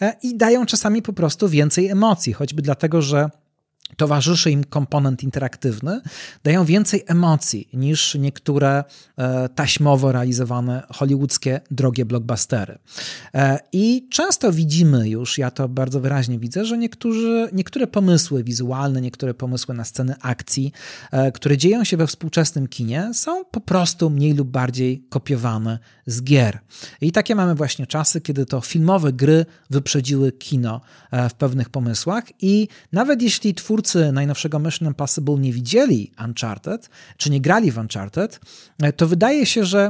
i dają czasami po prostu więcej emocji, choćby dlatego, że towarzyszy im komponent interaktywny, dają więcej emocji niż niektóre e, taśmowo realizowane hollywoodzkie drogie blockbustery. E, I często widzimy już, ja to bardzo wyraźnie widzę, że niektórzy, niektóre pomysły wizualne, niektóre pomysły na sceny akcji, e, które dzieją się we współczesnym kinie, są po prostu mniej lub bardziej kopiowane z gier. I takie mamy właśnie czasy, kiedy to filmowe gry wyprzedziły kino e, w pewnych pomysłach i nawet jeśli twórcy najnowszego Mission Impossible nie widzieli Uncharted, czy nie grali w Uncharted, to wydaje się, że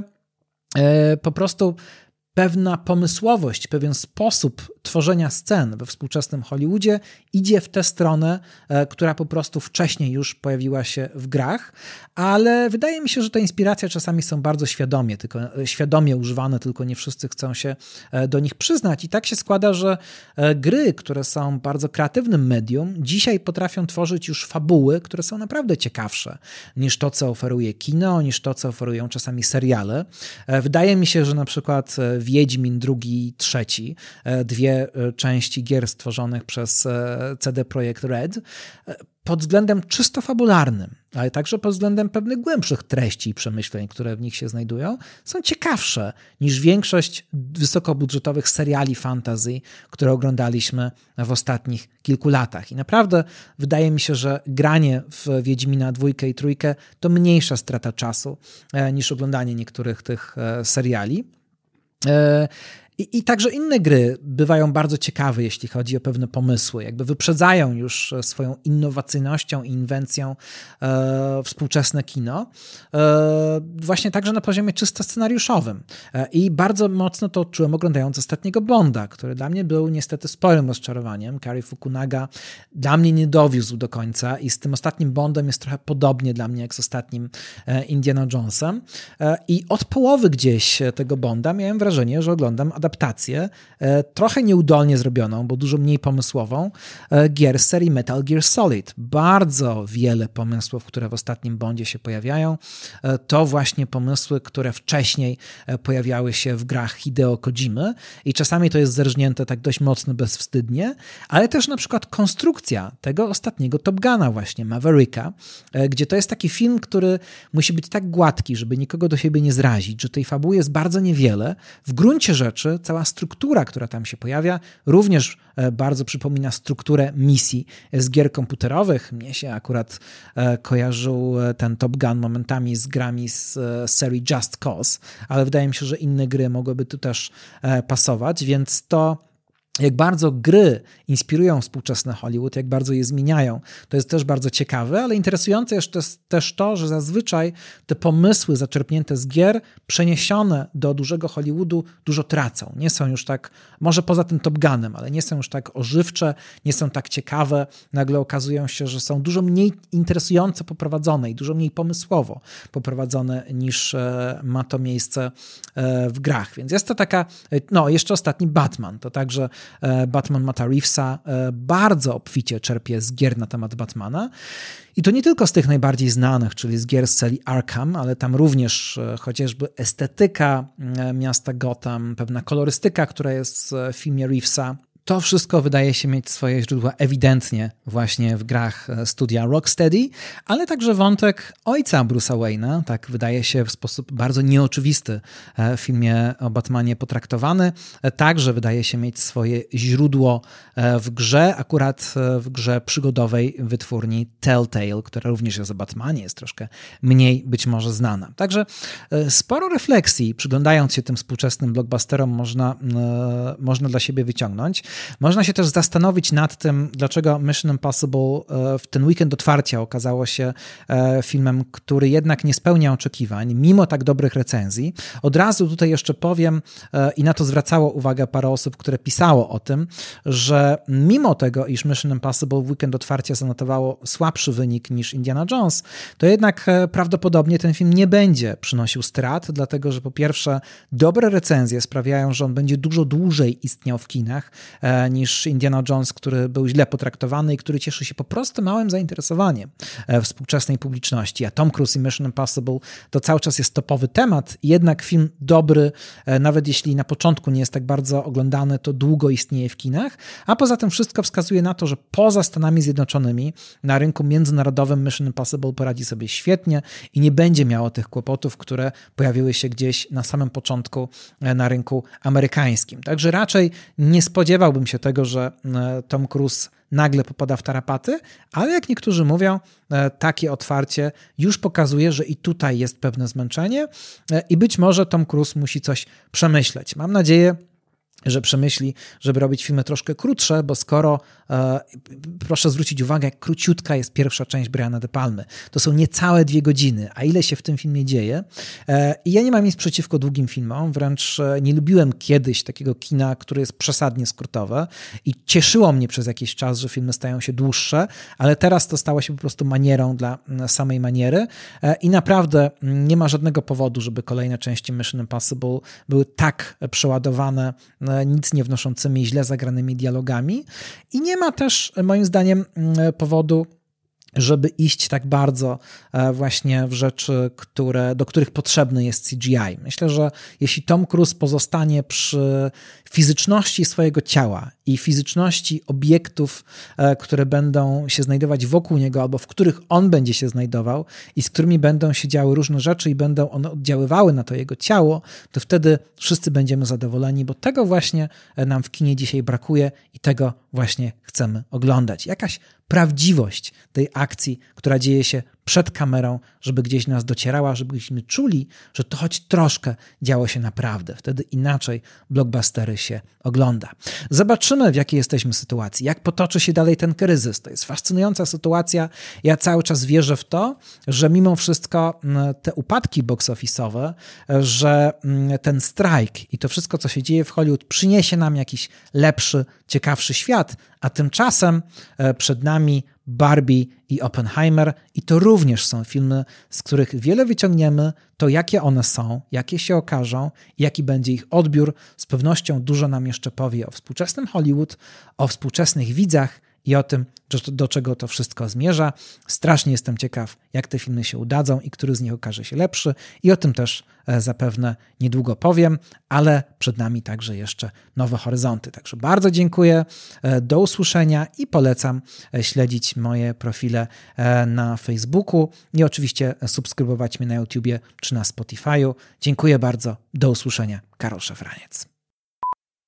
po prostu pewna pomysłowość, pewien sposób tworzenia scen we współczesnym Hollywoodzie idzie w tę stronę, która po prostu wcześniej już pojawiła się w grach, ale wydaje mi się, że te inspiracje czasami są bardzo świadomie, tylko, świadomie używane, tylko nie wszyscy chcą się do nich przyznać. I tak się składa, że gry, które są bardzo kreatywnym medium, dzisiaj potrafią tworzyć już fabuły, które są naprawdę ciekawsze niż to, co oferuje kino, niż to, co oferują czasami seriale. Wydaje mi się, że na przykład Wiedźmin drugi i trzeci, dwie części gier stworzonych przez C D Projekt Red, pod względem czysto fabularnym, ale także pod względem pewnych głębszych treści i przemyśleń, które w nich się znajdują, są ciekawsze niż większość wysokobudżetowych seriali fantasy, które oglądaliśmy w ostatnich kilku latach. I naprawdę wydaje mi się, że granie w Wiedźmina dwójkę i trójkę to mniejsza strata czasu niż oglądanie niektórych tych seriali. I, I także inne gry bywają bardzo ciekawe, jeśli chodzi o pewne pomysły. Jakby wyprzedzają już swoją innowacyjnością i inwencją e, współczesne kino. E, właśnie także na poziomie czysto scenariuszowym. E, I bardzo mocno to odczułem oglądając ostatniego Bonda, który dla mnie był niestety sporym rozczarowaniem. Cary Fukunaga dla mnie nie dowiózł do końca i z tym ostatnim Bondem jest trochę podobnie dla mnie jak z ostatnim e, Indiana Jonesem. E, I od połowy gdzieś tego Bonda miałem wrażenie, że oglądam adaptację adaptację, trochę nieudolnie zrobioną, bo dużo mniej pomysłową, gier z serii Metal Gear Solid. Bardzo wiele pomysłów, które w ostatnim Bondzie się pojawiają, to właśnie pomysły, które wcześniej pojawiały się w grach Hideo Kojimy i czasami to jest zerżnięte tak dość mocno bezwstydnie, ale też na przykład konstrukcja tego ostatniego Top Guna właśnie, Mavericka, gdzie to jest taki film, który musi być tak gładki, żeby nikogo do siebie nie zrazić, że tej fabuły jest bardzo niewiele. W gruncie rzeczy że cała struktura, która tam się pojawia, również bardzo przypomina strukturę misji z gier komputerowych. Mnie się akurat kojarzył ten Top Gun momentami z grami z serii Just Cause, ale wydaje mi się, że inne gry mogłyby tu też pasować, więc to jak bardzo gry inspirują współczesne Hollywood, jak bardzo je zmieniają, to jest też bardzo ciekawe, ale interesujące jest też to, że zazwyczaj te pomysły zaczerpnięte z gier, przeniesione do dużego Hollywoodu, dużo tracą. Nie są już tak, może poza tym Top Gunem, ale nie są już tak ożywcze, nie są tak ciekawe. Nagle okazują się, że są dużo mniej interesująco poprowadzone i dużo mniej pomysłowo poprowadzone niż ma to miejsce w grach. Więc jest to taka, no jeszcze ostatni Batman, to także Batman Matta Reevesa bardzo obficie czerpie z gier na temat Batmana. I to nie tylko z tych najbardziej znanych, czyli z gier z serii Arkham, ale tam również chociażby estetyka miasta Gotham, pewna kolorystyka, która jest w filmie Reevesa. To wszystko wydaje się mieć swoje źródła ewidentnie właśnie w grach studia Rocksteady, ale także wątek ojca Bruce'a Wayne'a, tak wydaje się w sposób bardzo nieoczywisty w filmie o Batmanie potraktowany, także wydaje się mieć swoje źródło w grze, akurat w grze przygodowej wytwórni Telltale, która również jest o Batmanie, jest troszkę mniej być może znana. Także sporo refleksji, przyglądając się tym współczesnym blockbusterom, można, można dla siebie wyciągnąć. Można się też zastanowić nad tym, dlaczego Mission Impossible w ten weekend otwarcia okazało się filmem, który jednak nie spełnia oczekiwań, mimo tak dobrych recenzji. Od razu tutaj jeszcze powiem, i na to zwracało uwagę parę osób, które pisało o tym, że mimo tego, iż Mission Impossible w weekend otwarcia zanotowało słabszy wynik niż Indiana Jones, to jednak prawdopodobnie ten film nie będzie przynosił strat, dlatego że po pierwsze dobre recenzje sprawiają, że on będzie dużo dłużej istniał w kinach niż Indiana Jones, który był źle potraktowany i który cieszy się po prostu małym zainteresowaniem współczesnej publiczności. A Tom Cruise i Mission Impossible to cały czas jest topowy temat, jednak film dobry, nawet jeśli na początku nie jest tak bardzo oglądany, to długo istnieje w kinach, a poza tym wszystko wskazuje na to, że poza Stanami Zjednoczonymi na rynku międzynarodowym Mission Impossible poradzi sobie świetnie i nie będzie miało tych kłopotów, które pojawiły się gdzieś na samym początku na rynku amerykańskim. Także raczej nie spodziewałbym się tego, że Tom Cruise nagle popada w tarapaty, ale jak niektórzy mówią, takie otwarcie już pokazuje, że i tutaj jest pewne zmęczenie i być może Tom Cruise musi coś przemyśleć. Mam nadzieję, że przemyśli, żeby robić filmy troszkę krótsze, bo skoro, e, proszę zwrócić uwagę, jak króciutka jest pierwsza część Briana De Palmy. To są niecałe dwie godziny, a ile się w tym filmie dzieje. E, I ja nie mam nic przeciwko długim filmom, wręcz nie lubiłem kiedyś takiego kina, które jest przesadnie skrótowe i cieszyło mnie przez jakiś czas, że filmy stają się dłuższe, ale teraz to stało się po prostu manierą dla samej maniery e, i naprawdę nie ma żadnego powodu, żeby kolejne części Mission Impossible były tak przeładowane nic nie wnoszącymi, źle zagranymi dialogami i nie ma też moim zdaniem powodu, żeby iść tak bardzo właśnie w rzeczy, które, do których potrzebny jest C G I. Myślę, że jeśli Tom Cruise pozostanie przy fizyczności swojego ciała i fizyczności obiektów, które będą się znajdować wokół niego albo w których on będzie się znajdował i z którymi będą się działy różne rzeczy i będą one oddziaływały na to jego ciało, to wtedy wszyscy będziemy zadowoleni, bo tego właśnie nam w kinie dzisiaj brakuje i tego właśnie chcemy oglądać. Jakaś prawdziwość tej akcji, która dzieje się przed kamerą, żeby gdzieś nas docierała, żebyśmy czuli, że to choć troszkę działo się naprawdę. Wtedy inaczej blockbustery się ogląda. Zobaczymy, w jakiej jesteśmy sytuacji, jak potoczy się dalej ten kryzys. To jest fascynująca sytuacja. Ja cały czas wierzę w to, że mimo wszystko te upadki box office'owe, że ten strajk i to wszystko, co się dzieje w Hollywood, przyniesie nam jakiś lepszy, ciekawszy świat, a tymczasem przed nami Barbie i Oppenheimer i to również są filmy, z których wiele wyciągniemy, to jakie one są, jakie się okażą, jaki będzie ich odbiór, z pewnością dużo nam jeszcze powie o współczesnym Hollywood, o współczesnych widzach i o tym, do czego to wszystko zmierza. Strasznie jestem ciekaw, jak te filmy się udadzą i który z nich okaże się lepszy i o tym też zapewne niedługo powiem, ale przed nami także jeszcze nowe horyzonty. Także bardzo dziękuję, do usłyszenia i polecam śledzić moje profile na Facebooku i oczywiście subskrybować mnie na YouTubie czy na Spotify'u. Dziękuję bardzo, do usłyszenia. Karol Szafraniec.